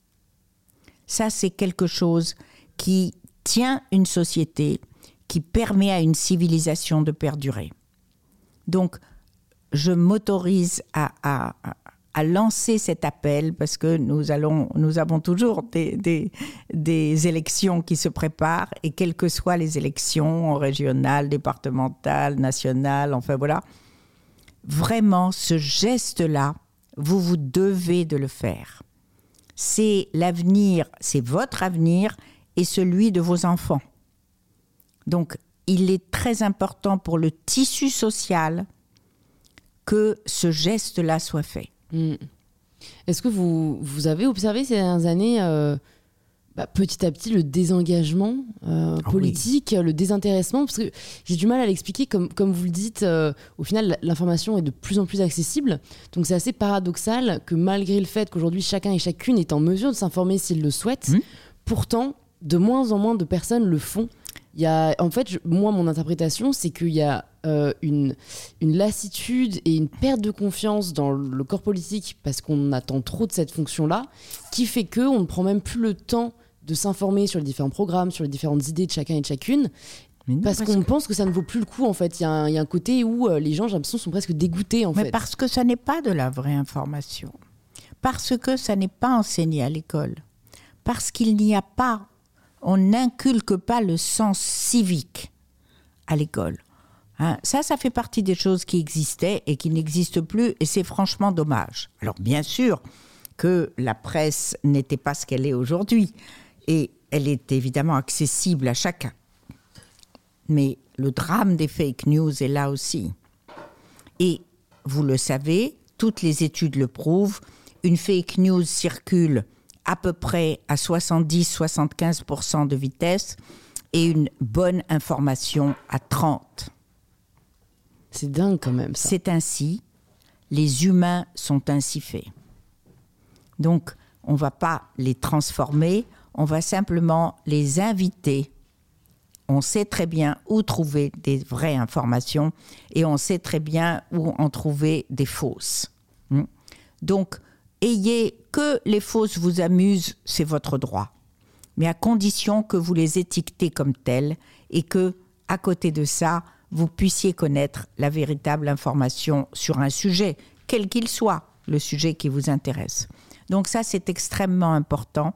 Ça, c'est quelque chose qui tient une société, qui permet à une civilisation de perdurer. Donc, je m'autorise à lancer cet appel parce que nous avons toujours des élections qui se préparent, et quelles que soient les élections régionales, départementales, nationales, enfin voilà, vraiment ce geste-là, vous devez de le faire. C'est l'avenir, c'est votre avenir et celui de vos enfants. Donc, il est très important pour le tissu social que ce geste-là soit fait. Est-ce que vous avez observé ces dernières années, petit à petit, le désengagement politique, oui, le désintéressement ? Parce que j'ai du mal à l'expliquer. Comme vous le dites, au final, l'information est de plus en plus accessible. Donc c'est assez paradoxal que malgré le fait qu'aujourd'hui, chacun et chacune est en mesure de s'informer s'il le souhaite, pourtant, de moins en moins de personnes le font. En fait, moi, mon interprétation, c'est qu'il y a une lassitude et une perte de confiance dans le corps politique parce qu'on attend trop de cette fonction-là, qui fait qu'on ne prend même plus le temps de s'informer sur les différents programmes, sur les différentes idées de chacun et de chacune, parce qu'on pense que ça ne vaut plus le coup, en fait. Il y a un côté où les gens, j'ai l'impression, sont presque dégoûtés, en fait. Mais parce que ça n'est pas de la vraie information. Parce que ça n'est pas enseigné à l'école. Parce qu'il n'y a pas... On n'inculque pas le sens civique à l'école. Ça fait partie des choses qui existaient et qui n'existent plus, et c'est franchement dommage. Alors bien sûr que la presse n'était pas ce qu'elle est aujourd'hui, et elle est évidemment accessible à chacun. Mais le drame des fake news est là aussi. Et vous le savez, toutes les études le prouvent, une fake news circule à peu près à 70-75% de vitesse et une bonne information à 30%. C'est dingue quand même, ça. C'est ainsi, les humains sont ainsi faits. Donc, on ne va pas les transformer, on va simplement les inviter. On sait très bien où trouver des vraies informations et on sait très bien où en trouver des fausses. Donc, que les fausses vous amusent, c'est votre droit. Mais à condition que vous les étiquetez comme telles et que, à côté de ça, vous puissiez connaître la véritable information sur un sujet, quel qu'il soit, le sujet qui vous intéresse. Donc ça, c'est extrêmement important.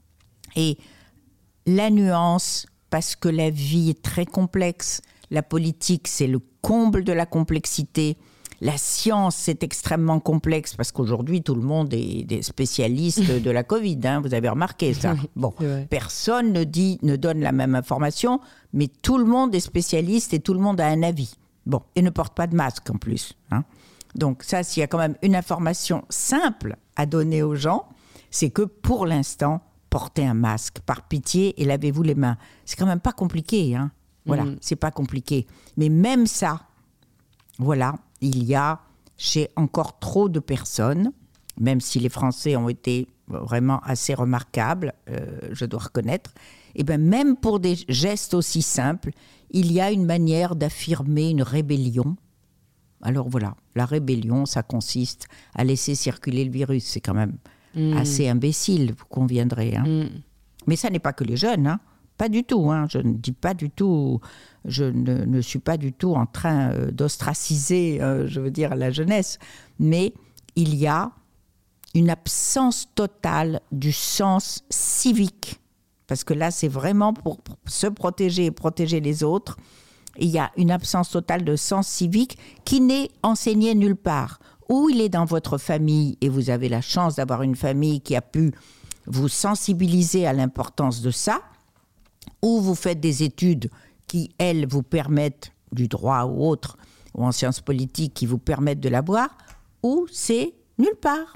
Et la nuance, parce que la vie est très complexe, la politique, c'est le comble de la complexité. La science, c'est extrêmement complexe parce qu'aujourd'hui, tout le monde est des spécialistes de la Covid. Hein, vous avez remarqué ça. Bon, personne ne donne la même information, mais tout le monde est spécialiste et tout le monde a un avis. Bon, et ne porte pas de masque en plus. Hein. Donc ça, s'il y a quand même une information simple à donner aux gens, c'est que pour l'instant, portez un masque, par pitié, et lavez-vous les mains. C'est quand même pas compliqué, hein. Voilà, c'est pas compliqué. Mais même ça, voilà, il y a chez encore trop de personnes, même si les Français ont été vraiment assez remarquables, je dois reconnaître, et bien même pour des gestes aussi simples, il y a une manière d'affirmer une rébellion. Alors voilà, la rébellion, ça consiste à laisser circuler le virus. C'est quand même assez imbécile, vous conviendrez. Hein. Mais ça n'est pas que les jeunes, hein. Pas du tout, hein. Je ne dis pas du tout, je ne suis pas du tout en train d'ostraciser, je veux dire, la jeunesse. Mais il y a une absence totale du sens civique. Parce que là, c'est vraiment pour se protéger et protéger les autres. Il y a une absence totale de sens civique qui n'est enseigné nulle part. Ou il est dans votre famille et vous avez la chance d'avoir une famille qui a pu vous sensibiliser à l'importance de ça, ou vous faites des études qui, elles, vous permettent, du droit ou autre, ou en sciences politiques, qui vous permettent de l'avoir, ou c'est nulle part.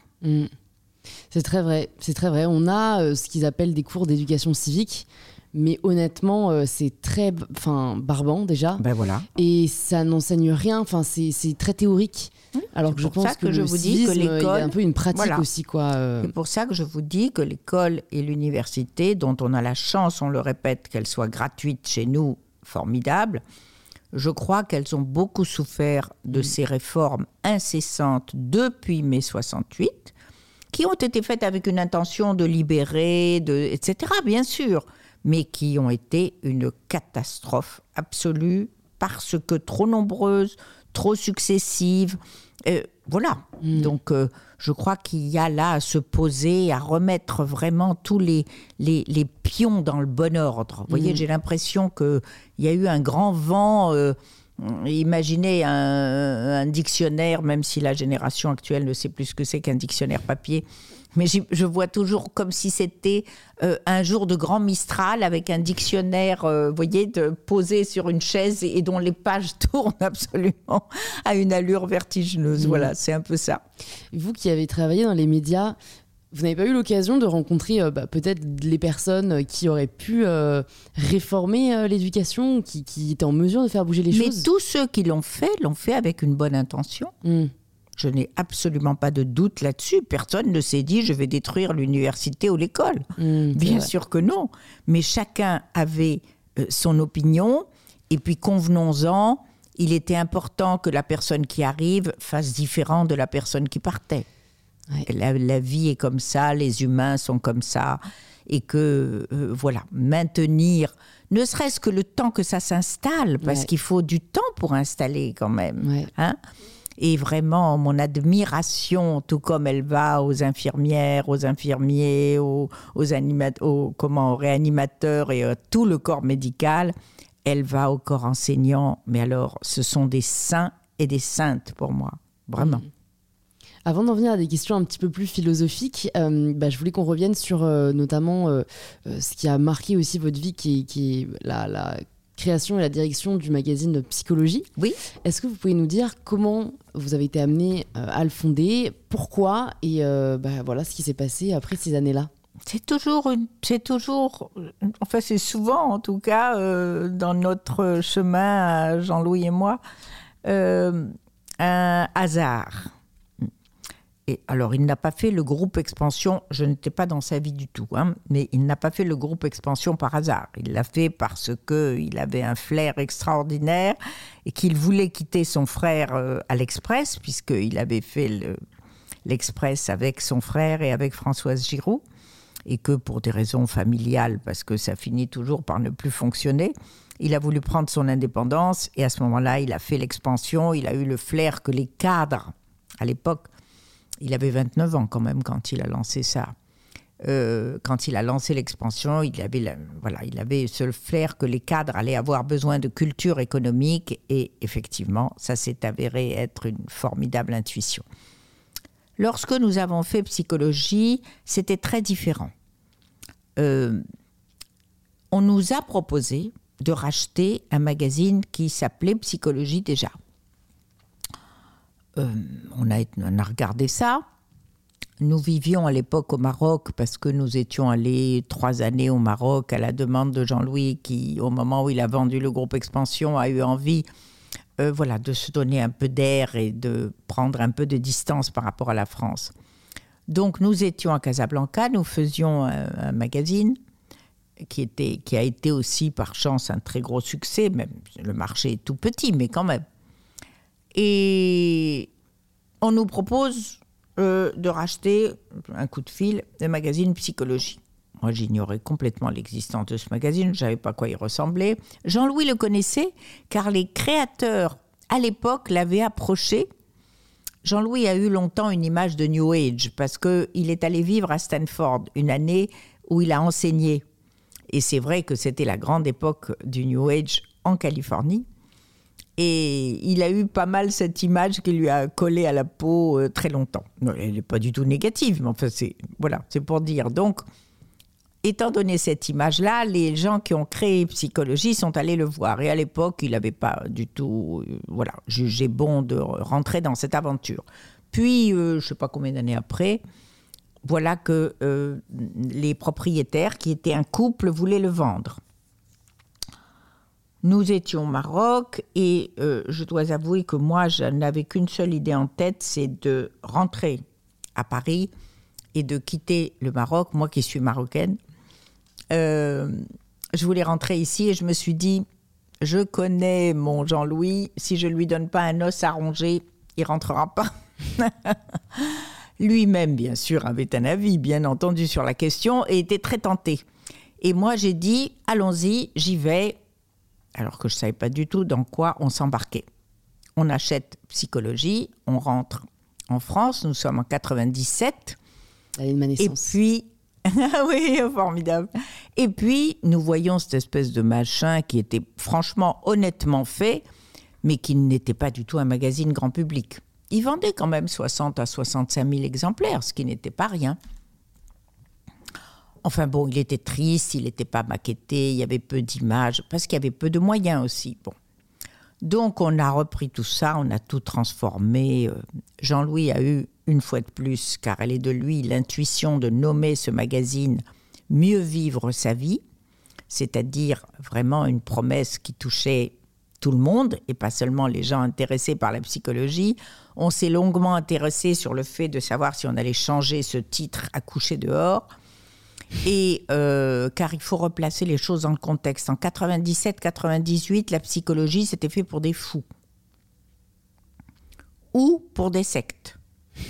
C'est très vrai, c'est très vrai. On a ce qu'ils appellent des cours d'éducation civique, mais honnêtement, c'est très barbant déjà. Ben voilà. Et ça n'enseigne rien, c'est très théorique. Alors que je pense que je vous dis que l'école, il y a un peu une pratique aussi, quoi. C'est pour ça que je vous dis que l'école et l'université, dont on a la chance, on le répète, qu'elles soient gratuites chez nous, formidables, je crois qu'elles ont beaucoup souffert de ces réformes incessantes depuis mai 68, qui ont été faites avec une intention de libérer, etc., bien sûr, mais qui ont été une catastrophe absolue parce que trop nombreuses, trop successives. Voilà. Donc, je crois qu'il y a là à se poser, à remettre vraiment tous les pions dans le bon ordre. Vous voyez, j'ai l'impression qu'il y a eu un grand vent. Imaginez un dictionnaire, même si la génération actuelle ne sait plus ce que c'est qu'un dictionnaire papier. Mais je vois toujours comme si c'était un jour de grand Mistral avec un dictionnaire, voyez, posé sur une chaise et dont les pages tournent absolument à une allure vertigineuse. Voilà, c'est un peu ça. Vous qui avez travaillé dans les médias, vous n'avez pas eu l'occasion de rencontrer peut-être les personnes qui auraient pu réformer l'éducation, qui étaient en mesure de faire bouger les choses? Mais tous ceux qui l'ont fait avec une bonne intention. Je n'ai absolument pas de doute là-dessus. Personne ne s'est dit « je vais détruire l'université ou l'école ». Bien sûr que non. Mais chacun avait son opinion. Et puis convenons-en, il était important que la personne qui arrive fasse différent de la personne qui partait. Ouais. La vie est comme ça, les humains sont comme ça. Et que, voilà, maintenir, ne serait-ce que le temps que ça s'installe, parce qu'il faut du temps pour installer quand même. Hein ? Et vraiment, mon admiration, tout comme elle va aux infirmières, aux infirmiers, aux réanimateurs et tout le corps médical, elle va au corps enseignant. Mais alors, ce sont des saints et des saintes pour moi, vraiment. Avant d'en venir à des questions un petit peu plus philosophiques, je voulais qu'on revienne sur notamment ce qui a marqué aussi votre vie, qui est la création et la direction du magazine Psychologie. Oui. Est-ce que vous pouvez nous dire comment vous avez été amené à le fonder, pourquoi et voilà ce qui s'est passé après ces années-là? C'est souvent en tout cas dans notre chemin, Jean-Louis et moi, un hasard. Et alors, il n'a pas fait le groupe Expansion, je n'étais pas dans sa vie du tout, mais il n'a pas fait le groupe Expansion par hasard. Il l'a fait parce qu'il avait un flair extraordinaire et qu'il voulait quitter son frère à l'Express, puisqu'il avait fait l'Express avec son frère et avec Françoise Giroud, et que pour des raisons familiales, parce que ça finit toujours par ne plus fonctionner, Il a voulu prendre son indépendance et à ce moment-là, il a fait l'expansion. Il a eu le flair que les cadres, à l'époque, il avait 29 ans quand même quand il a lancé ça. Quand il a lancé l'expansion, il avait ce flair que les cadres allaient avoir besoin de culture économique et effectivement, ça s'est avéré être une formidable intuition. Lorsque nous avons fait psychologie, c'était très différent. On nous a proposé de racheter un magazine qui s'appelait Psychologie déjà. On a regardé ça. Nous vivions à l'époque au Maroc parce que nous étions allés 3 années au Maroc à la demande de Jean-Louis qui, au moment où il a vendu le groupe Expansion, a eu envie de se donner un peu d'air et de prendre un peu de distance par rapport à la France. Donc nous étions à Casablanca, nous faisions un magazine qui a été aussi par chance un très gros succès, même le marché est tout petit, mais quand même. Et on nous propose de racheter un coup de fil le magazine Psychologie. Moi, j'ignorais complètement l'existence de ce magazine, je ne savais pas à quoi il ressemblait. Jean-Louis le connaissait, car les créateurs, à l'époque, l'avaient approché. Jean-Louis a eu longtemps une image de New Age, parce qu'il est allé vivre à Stanford, une année où il a enseigné. Et c'est vrai que c'était la grande époque du New Age en Californie. Et il a eu pas mal cette image qui lui a collé à la peau très longtemps. Non, elle n'est pas du tout négative, mais enfin, c'est pour dire. Donc, étant donné cette image-là, les gens qui ont créé Psychologie sont allés le voir. Et à l'époque, il n'avait pas du tout jugé bon de rentrer dans cette aventure. Puis, je ne sais pas combien d'années après, voilà que les propriétaires, qui étaient un couple, voulaient le vendre. Nous étions au Maroc et je dois avouer que moi, je n'avais qu'une seule idée en tête, c'est de rentrer à Paris et de quitter le Maroc, moi qui suis marocaine. Je voulais rentrer ici et je me suis dit, je connais mon Jean-Louis, si je ne lui donne pas un os à ronger, il ne rentrera pas. Lui-même, bien sûr, avait un avis, bien entendu, sur la question et était très tenté. Et moi, j'ai dit, allons-y, j'y vais. Alors que je ne savais pas du tout dans quoi on s'embarquait. On achète Psychologie, on rentre en France, nous sommes en 97. L'année de ma naissance. Et puis, oui, formidable. Et puis, nous voyons cette espèce de machin qui était franchement, honnêtement fait, mais qui n'était pas du tout un magazine grand public. Il vendait quand même 60 à 65 000 exemplaires, ce qui n'était pas rien. Enfin bon, il était triste, il n'était pas maquetté, il y avait peu d'images, parce qu'il y avait peu de moyens aussi. Bon. Donc on a repris tout ça, on a tout transformé. Jean-Louis a eu, une fois de plus, car elle est de lui, l'intuition de nommer ce magazine « Mieux vivre sa vie », c'est-à-dire vraiment une promesse qui touchait tout le monde, et pas seulement les gens intéressés par la psychologie. On s'est longuement intéressé sur le fait de savoir si on allait changer ce titre à coucher dehors. Et car il faut replacer les choses dans le contexte. En 97-98, la psychologie, c'était fait pour des fous. Ou pour des sectes.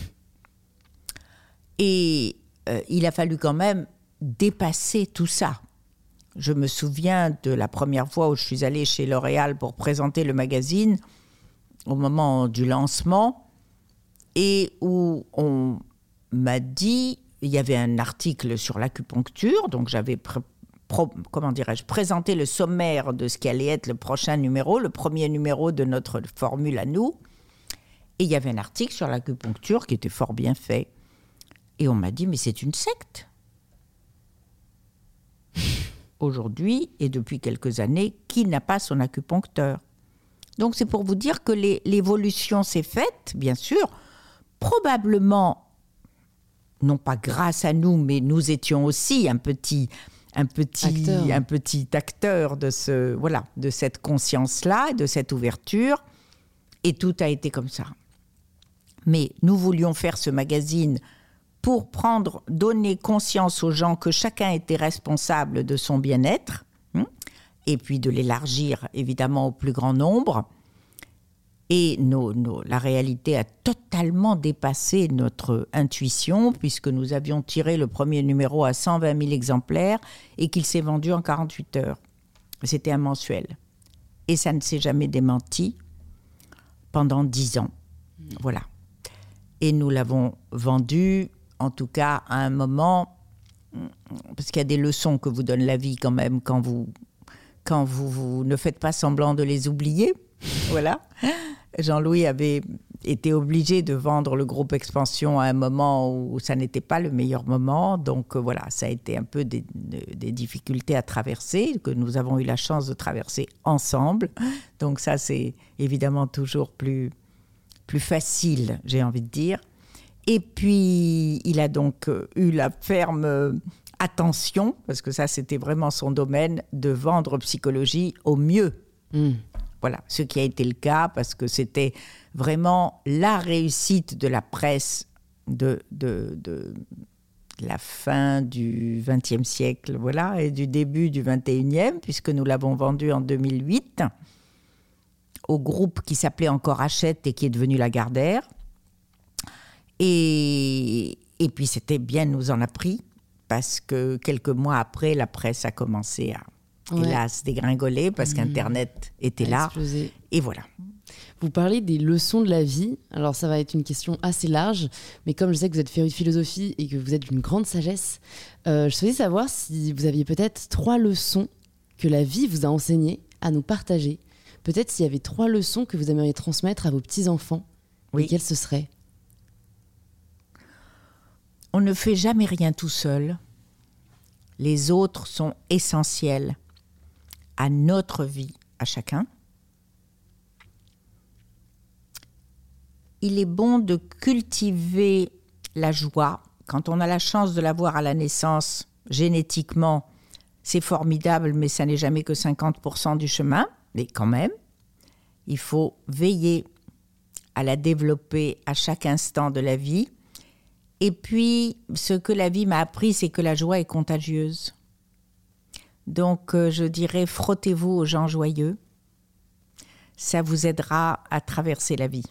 Et il a fallu quand même dépasser tout ça. Je me souviens de la première fois où je suis allée chez L'Oréal pour présenter le magazine, au moment du lancement, et où on m'a dit... Il y avait un article sur l'acupuncture, donc j'avais présenté le sommaire de ce qui allait être le prochain numéro, le premier numéro de notre formule à nous. Et il y avait un article sur l'acupuncture qui était fort bien fait. Et on m'a dit, mais c'est une secte. Aujourd'hui, et depuis quelques années, qui n'a pas son acupuncteur? Donc c'est pour vous dire que l'évolution s'est faite, bien sûr, probablement... non pas grâce à nous, mais nous étions aussi un petit acteur de cette conscience-là, de cette ouverture, et tout a été comme ça. Mais nous voulions faire ce magazine pour donner conscience aux gens que chacun était responsable de son bien-être, et puis de l'élargir évidemment au plus grand nombre. Et la réalité a totalement dépassé notre intuition, puisque nous avions tiré le premier numéro à 120 000 exemplaires et qu'il s'est vendu en 48 heures. C'était un mensuel. Et ça ne s'est jamais démenti pendant 10 ans. Voilà. Et nous l'avons vendu, en tout cas, à un moment, parce qu'il y a des leçons que vous donne la vie quand même quand vous ne faites pas semblant de les oublier. Voilà. Jean-Louis avait été obligé de vendre le groupe Expansion à un moment où ça n'était pas le meilleur moment. Donc voilà, ça a été un peu des difficultés à traverser, que nous avons eu la chance de traverser ensemble. Donc ça, c'est évidemment toujours plus facile, j'ai envie de dire. Et puis, il a donc eu la ferme attention, parce que ça, c'était vraiment son domaine, de vendre psychologie au mieux. Voilà, ce qui a été le cas, parce que c'était vraiment la réussite de la presse de la fin du XXe siècle, voilà, et du début du XXIe, puisque nous l'avons vendu en 2008 au groupe qui s'appelait encore Hachette et qui est devenu Lagardère. Et puis c'était bien, nous en a pris, parce que quelques mois après, la presse a commencé à, hélas, dégringoler, parce qu'Internet était là. Explosé. Et voilà. Vous parlez des leçons de la vie. Alors ça va être une question assez large, mais comme je sais que vous êtes féru de philosophie et que vous êtes d'une grande sagesse, je souhaitais savoir si vous aviez peut-être 3 leçons que la vie vous a enseignées à nous partager. Peut-être s'il y avait 3 leçons que vous aimeriez transmettre à vos petits-enfants. Oui. Lesquelles ce seraient ? On ne fait jamais rien tout seul. Les autres sont essentiels à notre vie, à chacun. Il est bon de cultiver la joie. Quand on a la chance de l'avoir à la naissance, génétiquement, c'est formidable, mais ça n'est jamais que 50% du chemin. Mais quand même, il faut veiller à la développer à chaque instant de la vie. Et puis, ce que la vie m'a appris, c'est que la joie est contagieuse. Donc, je dirais, frottez-vous aux gens joyeux. Ça vous aidera à traverser la vie.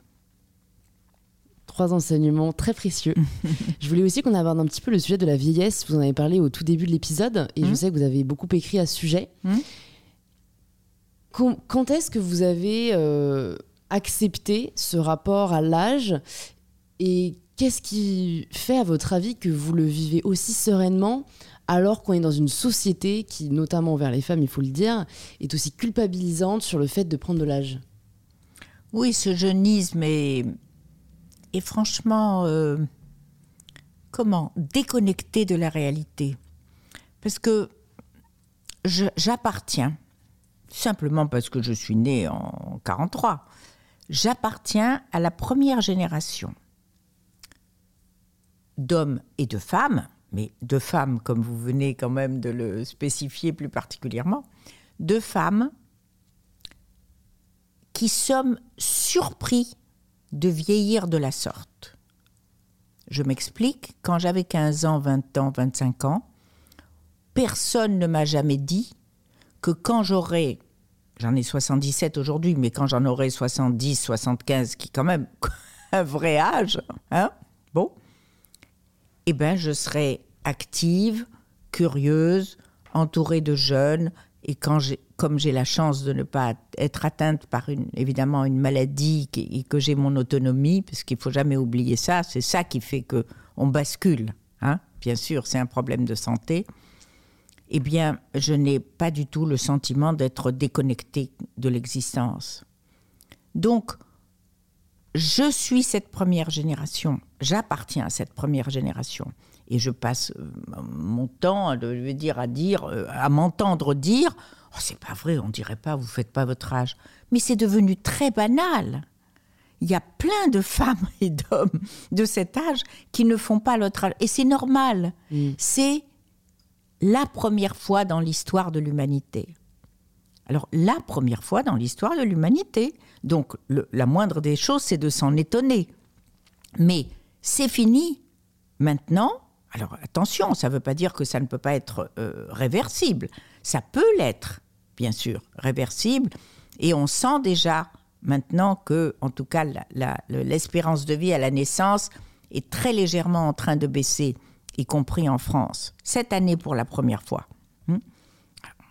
3 enseignements très précieux. Je voulais aussi qu'on aborde un petit peu le sujet de la vieillesse. Vous en avez parlé au tout début de l'épisode et je sais que vous avez beaucoup écrit à ce sujet. Quand est-ce que vous avez accepté ce rapport à l'âge et qu'est-ce qui fait, à votre avis, que vous le vivez aussi sereinement alors qu'on est dans une société qui, notamment envers les femmes, il faut le dire, est aussi culpabilisante sur le fait de prendre de l'âge ? Oui, ce jeunisme est franchement, déconnecté de la réalité. Parce que j'appartiens, simplement parce que je suis née en 43, j'appartiens à la première génération d'hommes et de femmes, mais de femmes, comme vous venez quand même de le spécifier plus particulièrement, de femmes qui sommes surpris de vieillir de la sorte. Je m'explique, quand j'avais 15 ans, 20 ans, 25 ans, personne ne m'a jamais dit que quand j'aurais, j'en ai 77 aujourd'hui, mais quand j'en aurais 70, 75, qui est quand même un vrai âge, eh ben, je serais active, curieuse, entourée de jeunes, et comme j'ai la chance de ne pas être atteinte par évidemment une maladie et que j'ai mon autonomie, parce qu'il ne faut jamais oublier ça, c'est ça qui fait qu'on bascule. Bien sûr, c'est un problème de santé. Eh bien, je n'ai pas du tout le sentiment d'être déconnectée de l'existence. Donc, je suis cette première génération, j'appartiens à cette première génération. Et je passe mon temps à m'entendre dire « Oh, c'est pas vrai, on dirait pas, vous faites pas votre âge. » Mais c'est devenu très banal. Il y a plein de femmes et d'hommes de cet âge qui ne font pas notre âge. Et c'est normal. C'est la première fois dans l'histoire de l'humanité. Alors, la première fois dans l'histoire de l'humanité. Donc, la moindre des choses, c'est de s'en étonner. Mais c'est fini. Maintenant, alors attention, ça ne veut pas dire que ça ne peut pas être réversible. Ça peut l'être, bien sûr, réversible. Et on sent déjà maintenant que, en tout cas, l'espérance de vie à la naissance est très légèrement en train de baisser, y compris en France. Cette année pour la première fois.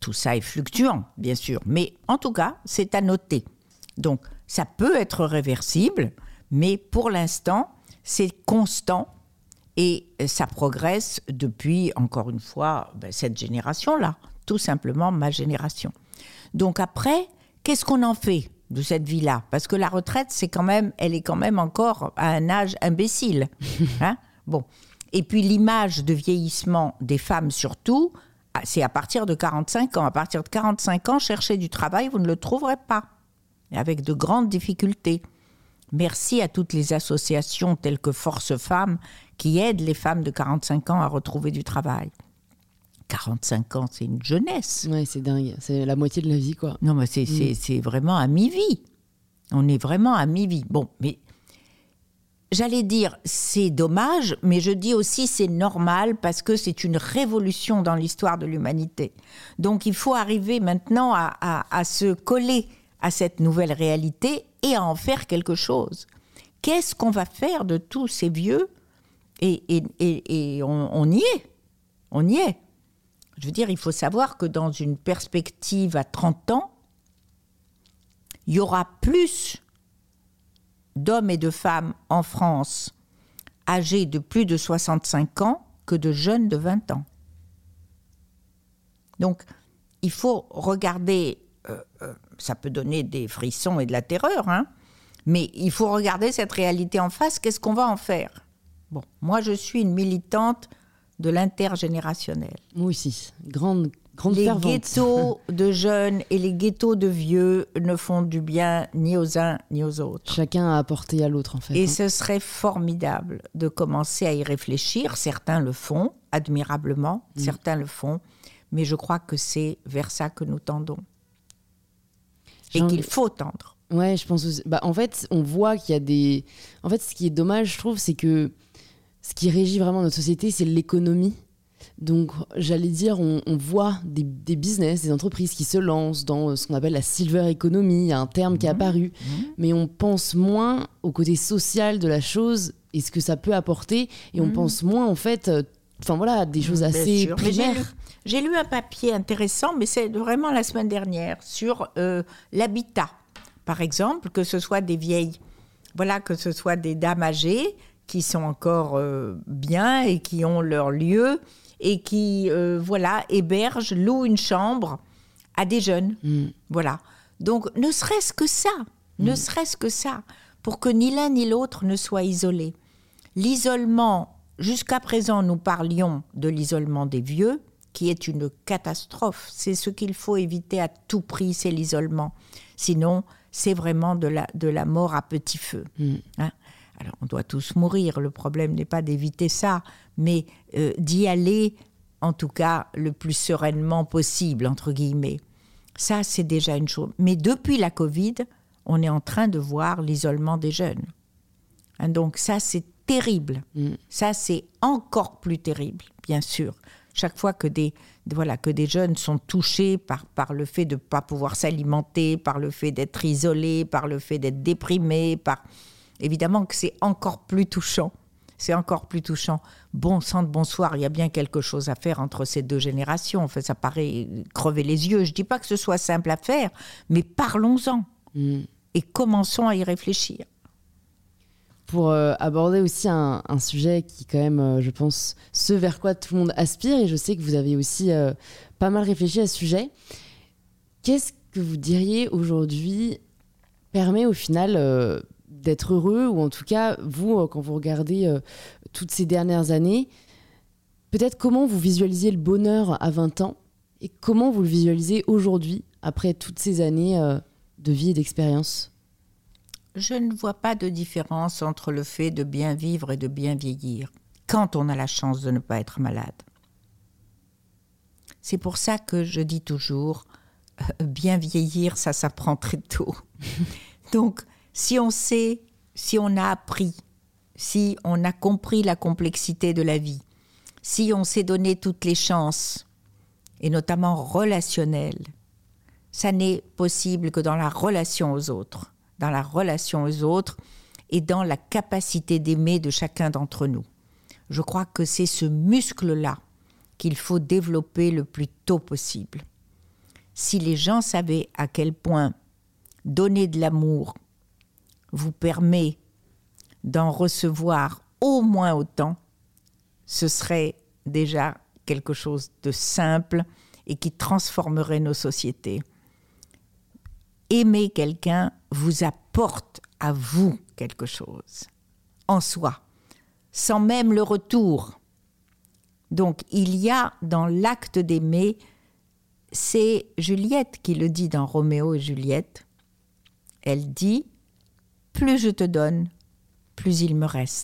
tout ça est fluctuant, bien sûr. Mais en tout cas, c'est à noter. Donc, ça peut être réversible, mais pour l'instant, c'est constant et ça progresse depuis, encore une fois, cette génération-là. Tout simplement ma génération. Donc après, qu'est-ce qu'on en fait de cette vie-là ? Parce que la retraite, elle est quand même encore à un âge imbécile. Hein ? Bon. Et puis l'image de vieillissement des femmes surtout, c'est à partir de 45 ans. À partir de 45 ans, chercher du travail, vous ne le trouverez pas. Avec de grandes difficultés. Merci à toutes les associations telles que Force Femmes qui aident les femmes de 45 ans à retrouver du travail. 45 ans, c'est une jeunesse. Ouais, c'est dingue. C'est la moitié de la vie, quoi. Non, mais c'est vraiment à mi-vie. On est vraiment à mi-vie. Bon, mais j'allais dire, c'est dommage, mais je dis aussi c'est normal parce que c'est une révolution dans l'histoire de l'humanité. Donc, il faut arriver maintenant à se coller à cette nouvelle réalité et à en faire quelque chose. Qu'est-ce qu'on va faire de tous ces vieux ? Et on y est. On y est. Je veux dire, il faut savoir que dans une perspective à 30 ans, il y aura plus d'hommes et de femmes en France âgés de plus de 65 ans que de jeunes de 20 ans. Donc, il faut regarder, ça peut donner des frissons et de la terreur, hein, mais il faut regarder cette réalité en face, qu'est-ce qu'on va en faire ? Bon, moi je suis une militante de l'intergénérationnel. Moi aussi, grande les fervente. ghettos de jeunes et les ghettos de vieux ne font du bien ni aux uns ni aux autres. Chacun a apporté à l'autre, en fait. Et ce serait formidable de commencer à y réfléchir. Certains le font, admirablement, certains le font, mais je crois que c'est vers ça que nous tendons. Et qu'il faut tendre. Ouais, je pense aussi. En fait, on voit qu'il y a des... En fait, ce qui est dommage, je trouve, c'est que ce qui régit vraiment notre société, c'est l'économie. Donc, j'allais dire, on voit des business, des entreprises qui se lancent dans ce qu'on appelle la silver economy. Il y a un terme qui est apparu. Mais on pense moins au côté social de la chose et ce que ça peut apporter. Et on pense moins, en fait, des choses assez primaires. J'ai lu un papier intéressant, mais c'est vraiment la semaine dernière, sur l'habitat. Par exemple, que ce soit des vieilles, que ce soit des dames âgées qui sont encore bien et qui ont leur lieu et qui, hébergent, louent une chambre à des jeunes. Voilà. Donc, ne serait-ce que ça, pour que ni l'un ni l'autre ne soit isolé. L'isolement, jusqu'à présent, nous parlions de l'isolement des vieux, qui est une catastrophe. C'est ce qu'il faut éviter à tout prix, c'est l'isolement. Sinon, c'est vraiment de la mort à petit feu. Hein ? Alors, on doit tous mourir. Le problème n'est pas d'éviter ça, mais d'y aller, en tout cas, le plus sereinement possible, entre guillemets. Ça, c'est déjà une chose. Mais depuis la Covid, on est en train de voir l'isolement des jeunes. Hein, donc ça, c'est terrible. Ça, c'est encore plus terrible, bien sûr. Chaque fois que des jeunes sont touchés par le fait de ne pas pouvoir s'alimenter, par le fait d'être isolés, par le fait d'être déprimés, évidemment que c'est encore plus touchant. C'est encore plus touchant. Bon sang de bonsoir, il y a bien quelque chose à faire entre ces deux générations. Enfin, ça paraît crever les yeux. Je ne dis pas que ce soit simple à faire, mais parlons-en. Et commençons à y réfléchir. Pour aborder aussi un sujet qui, quand même, je pense, ce vers quoi tout le monde aspire, et je sais que vous avez aussi pas mal réfléchi à ce sujet. Qu'est-ce que vous diriez aujourd'hui permet au final d'être heureux, ou en tout cas, vous, quand vous regardez toutes ces dernières années, peut-être comment vous visualisiez le bonheur à 20 ans, et comment vous le visualisez aujourd'hui, après toutes ces années de vie et d'expérience ? Je ne vois pas de différence entre le fait de bien vivre et de bien vieillir, quand on a la chance de ne pas être malade. C'est pour ça que je dis toujours, bien vieillir, ça s'apprend très tôt. Donc, si on sait, si on a appris, si on a compris la complexité de la vie, si on s'est donné toutes les chances, et notamment relationnelles, ça n'est possible que dans la relation aux autres. Dans la relation aux autres et dans la capacité d'aimer de chacun d'entre nous. Je crois que c'est ce muscle-là qu'il faut développer le plus tôt possible. si les gens savaient à quel point donner de l'amour vous permet d'en recevoir au moins autant, ce serait déjà quelque chose de simple et qui transformerait nos sociétés. Aimer quelqu'un vous apporte à vous quelque chose, en soi, sans même le retour. Donc, il y a dans l'acte d'aimer, c'est Juliette qui le dit dans Roméo et Juliette, elle dit « Plus je te donne, plus il me reste ».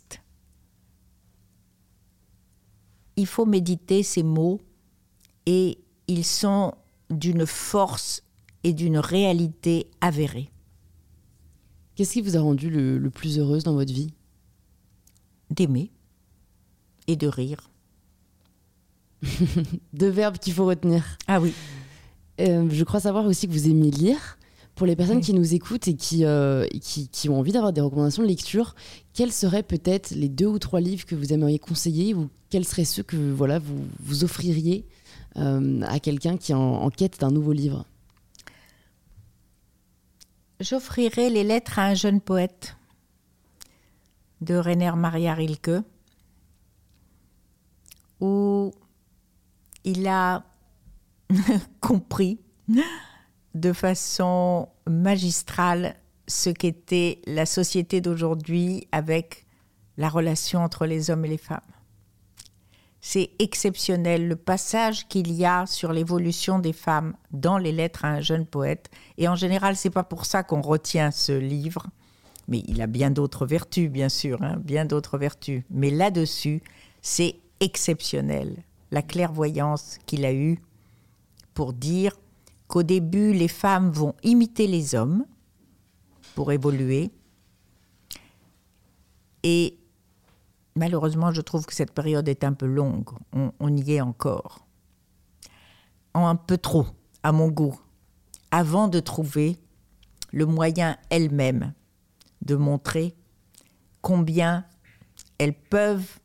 Il faut méditer ces mots et ils sont d'une force et d'une réalité avérée. Qu'est-ce qui vous a rendu le plus heureuse dans votre vie ? D'aimer et de rire. Deux verbes qu'il faut retenir. Ah oui. Je crois savoir aussi que vous aimez lire. Pour les personnes qui nous écoutent et qui ont envie d'avoir des recommandations de lecture, quels seraient peut-être les 2 ou 3 livres que vous aimeriez conseiller ou quels seraient ceux que vous offririez à quelqu'un qui est en quête d'un nouveau livre ? J'offrirai Les lettres à un jeune poète de Rainer Maria Rilke, où il a compris de façon magistrale ce qu'était la société d'aujourd'hui avec la relation entre les hommes et les femmes. C'est exceptionnel le passage qu'il y a sur l'évolution des femmes dans les lettres à un jeune poète. Et en général, c'est pas pour ça qu'on retient ce livre, mais il a bien d'autres vertus, bien sûr, bien d'autres vertus. Mais là-dessus, c'est exceptionnel, la clairvoyance qu'il a eue pour dire qu'au début, les femmes vont imiter les hommes pour évoluer. Et malheureusement, je trouve que cette période est un peu longue. On y est encore. Un peu trop, à mon goût, avant de trouver le moyen elles-mêmes de montrer combien elles peuvent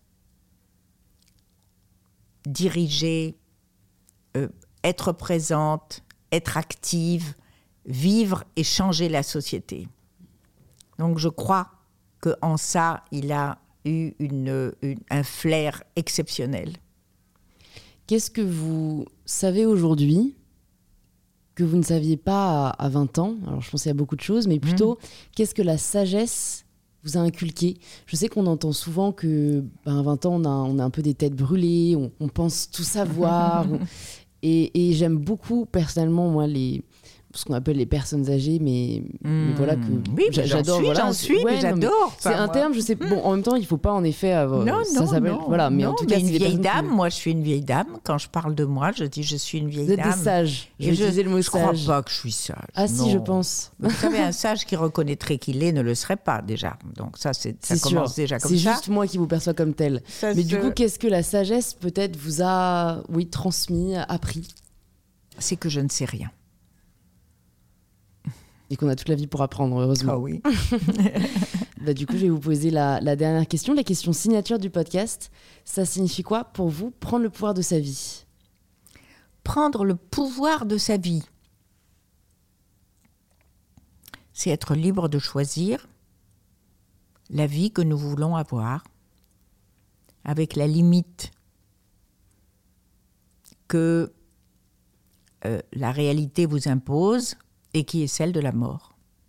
diriger, être présentes, être active, vivre et changer la société. Donc je crois qu'en ça, il a eu un flair exceptionnel. Qu'est-ce que vous savez aujourd'hui que vous ne saviez pas à 20 ans ? Alors je pense qu'il y a beaucoup de choses, mais plutôt, qu'est-ce que la sagesse vous a inculqué ? Je sais qu'on entend souvent que à 20 ans, on a un peu des têtes brûlées, on pense tout savoir. Et j'aime beaucoup, personnellement, moi, ce qu'on appelle les personnes âgées, mais voilà que oui, j'adore. J'en suis, mais j'adore. C'est un terme, je sais. Bon, en même temps, il faut pas en effet avoir. Non, voilà, mais en tout cas, une vieille dame. Moi, je suis une vieille dame. Quand je parle de moi, je dis je suis une vieille dame. Vous êtes des sages. Je vais utiliser le mot sage. Je crois pas que je suis sage. Ah si, je pense. Vous savez, un sage qui reconnaîtrait qu'il est ne le serait pas déjà. Donc ça commence déjà comme ça. C'est ça. juste moi qui vous perçois comme tel. Mais du coup, qu'est-ce que la sagesse peut-être vous a, transmis, appris ? C'est que je ne sais rien. Et qu'on a toute la vie pour apprendre, heureusement. Ah oui. Du coup, je vais vous poser la dernière question, la question signature du podcast. Ça signifie quoi pour vous, prendre le pouvoir de sa vie ? Prendre le pouvoir de sa vie, c'est être libre de choisir la vie que nous voulons avoir, avec la limite que la réalité vous impose et qui est celle de la mort.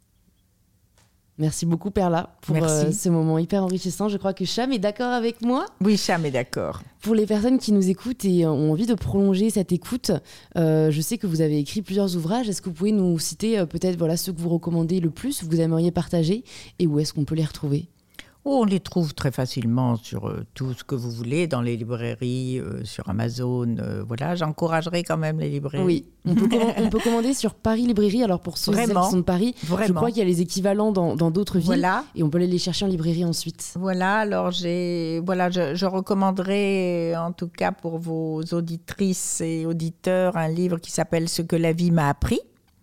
Merci beaucoup Perla pour ce moment hyper enrichissant. Je crois que Cham est d'accord avec moi. Oui, Cham est d'accord. Pour les personnes qui nous écoutent et ont envie de prolonger cette écoute, je sais que vous avez écrit plusieurs ouvrages. Est-ce que vous pouvez nous citer peut-être ceux que vous recommandez le plus, que vous aimeriez partager, et où est-ce qu'on peut les retrouver ? On les trouve très facilement sur tout ce que vous voulez, dans les librairies, sur Amazon. Voilà, j'encouragerai quand même les librairies. Oui, on peut commander sur Paris Librairie. Alors pour ceux qui sont de Paris, je crois qu'il y a les équivalents dans d'autres villes. Voilà. Et on peut aller les chercher en librairie ensuite. Voilà, alors je recommanderais en tout cas pour vos auditrices et auditeurs un livre qui s'appelle « Ce que la vie m'a appris ».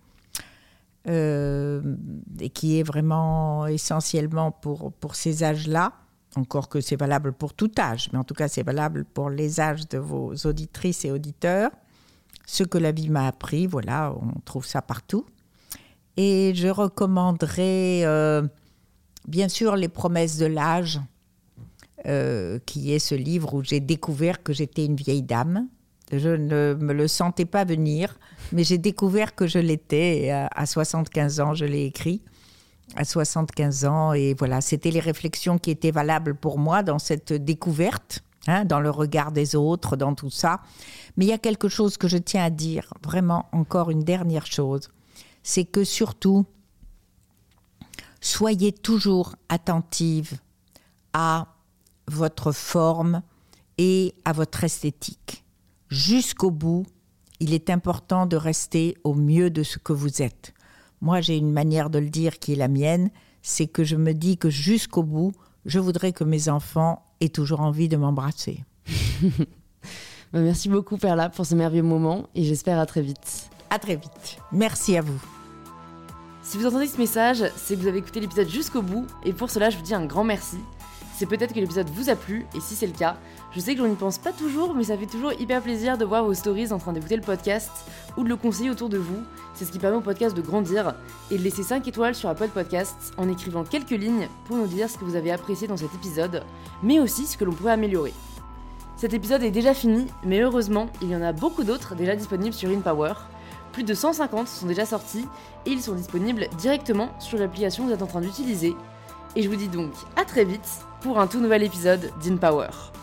Et qui est vraiment essentiellement pour ces âges-là, encore que c'est valable pour tout âge, mais en tout cas c'est valable pour les âges de vos auditrices et auditeurs. Ce que la vie m'a appris, voilà, on trouve ça partout. Et je recommanderais bien sûr Les promesses de l'âge, qui est ce livre où j'ai découvert que j'étais une vieille dame. Je ne me le sentais pas venir, mais j'ai découvert que je l'étais. Et à 75 ans, je l'ai écrit. À 75 ans, et voilà, c'était les réflexions qui étaient valables pour moi dans cette découverte, dans le regard des autres, dans tout ça. Mais il y a quelque chose que je tiens à dire, vraiment encore une dernière chose, c'est que surtout, soyez toujours attentive à votre forme et à votre esthétique. Jusqu'au bout, il est important de rester au mieux de ce que vous êtes. Moi, j'ai une manière de le dire qui est la mienne, c'est que je me dis que jusqu'au bout, je voudrais que mes enfants aient toujours envie de m'embrasser. Merci beaucoup Perla pour ce merveilleux moment et j'espère à très vite. À très vite. Merci à vous. Si vous entendez ce message, c'est que vous avez écouté l'épisode jusqu'au bout et pour cela, je vous dis un grand merci. C'est peut-être que l'épisode vous a plu, et si c'est le cas, je sais que je n'y pense pas toujours, mais ça fait toujours hyper plaisir de voir vos stories en train d'écouter le podcast ou de le conseiller autour de vous. C'est ce qui permet au podcast de grandir et de laisser 5 étoiles sur Apple Podcasts en écrivant quelques lignes pour nous dire ce que vous avez apprécié dans cet épisode, mais aussi ce que l'on pourrait améliorer. Cet épisode est déjà fini, mais heureusement, il y en a beaucoup d'autres déjà disponibles sur InPower. Plus de 150 sont déjà sortis et ils sont disponibles directement sur l'application que vous êtes en train d'utiliser. Et je vous dis donc à très vite pour un tout nouvel épisode d'InPower.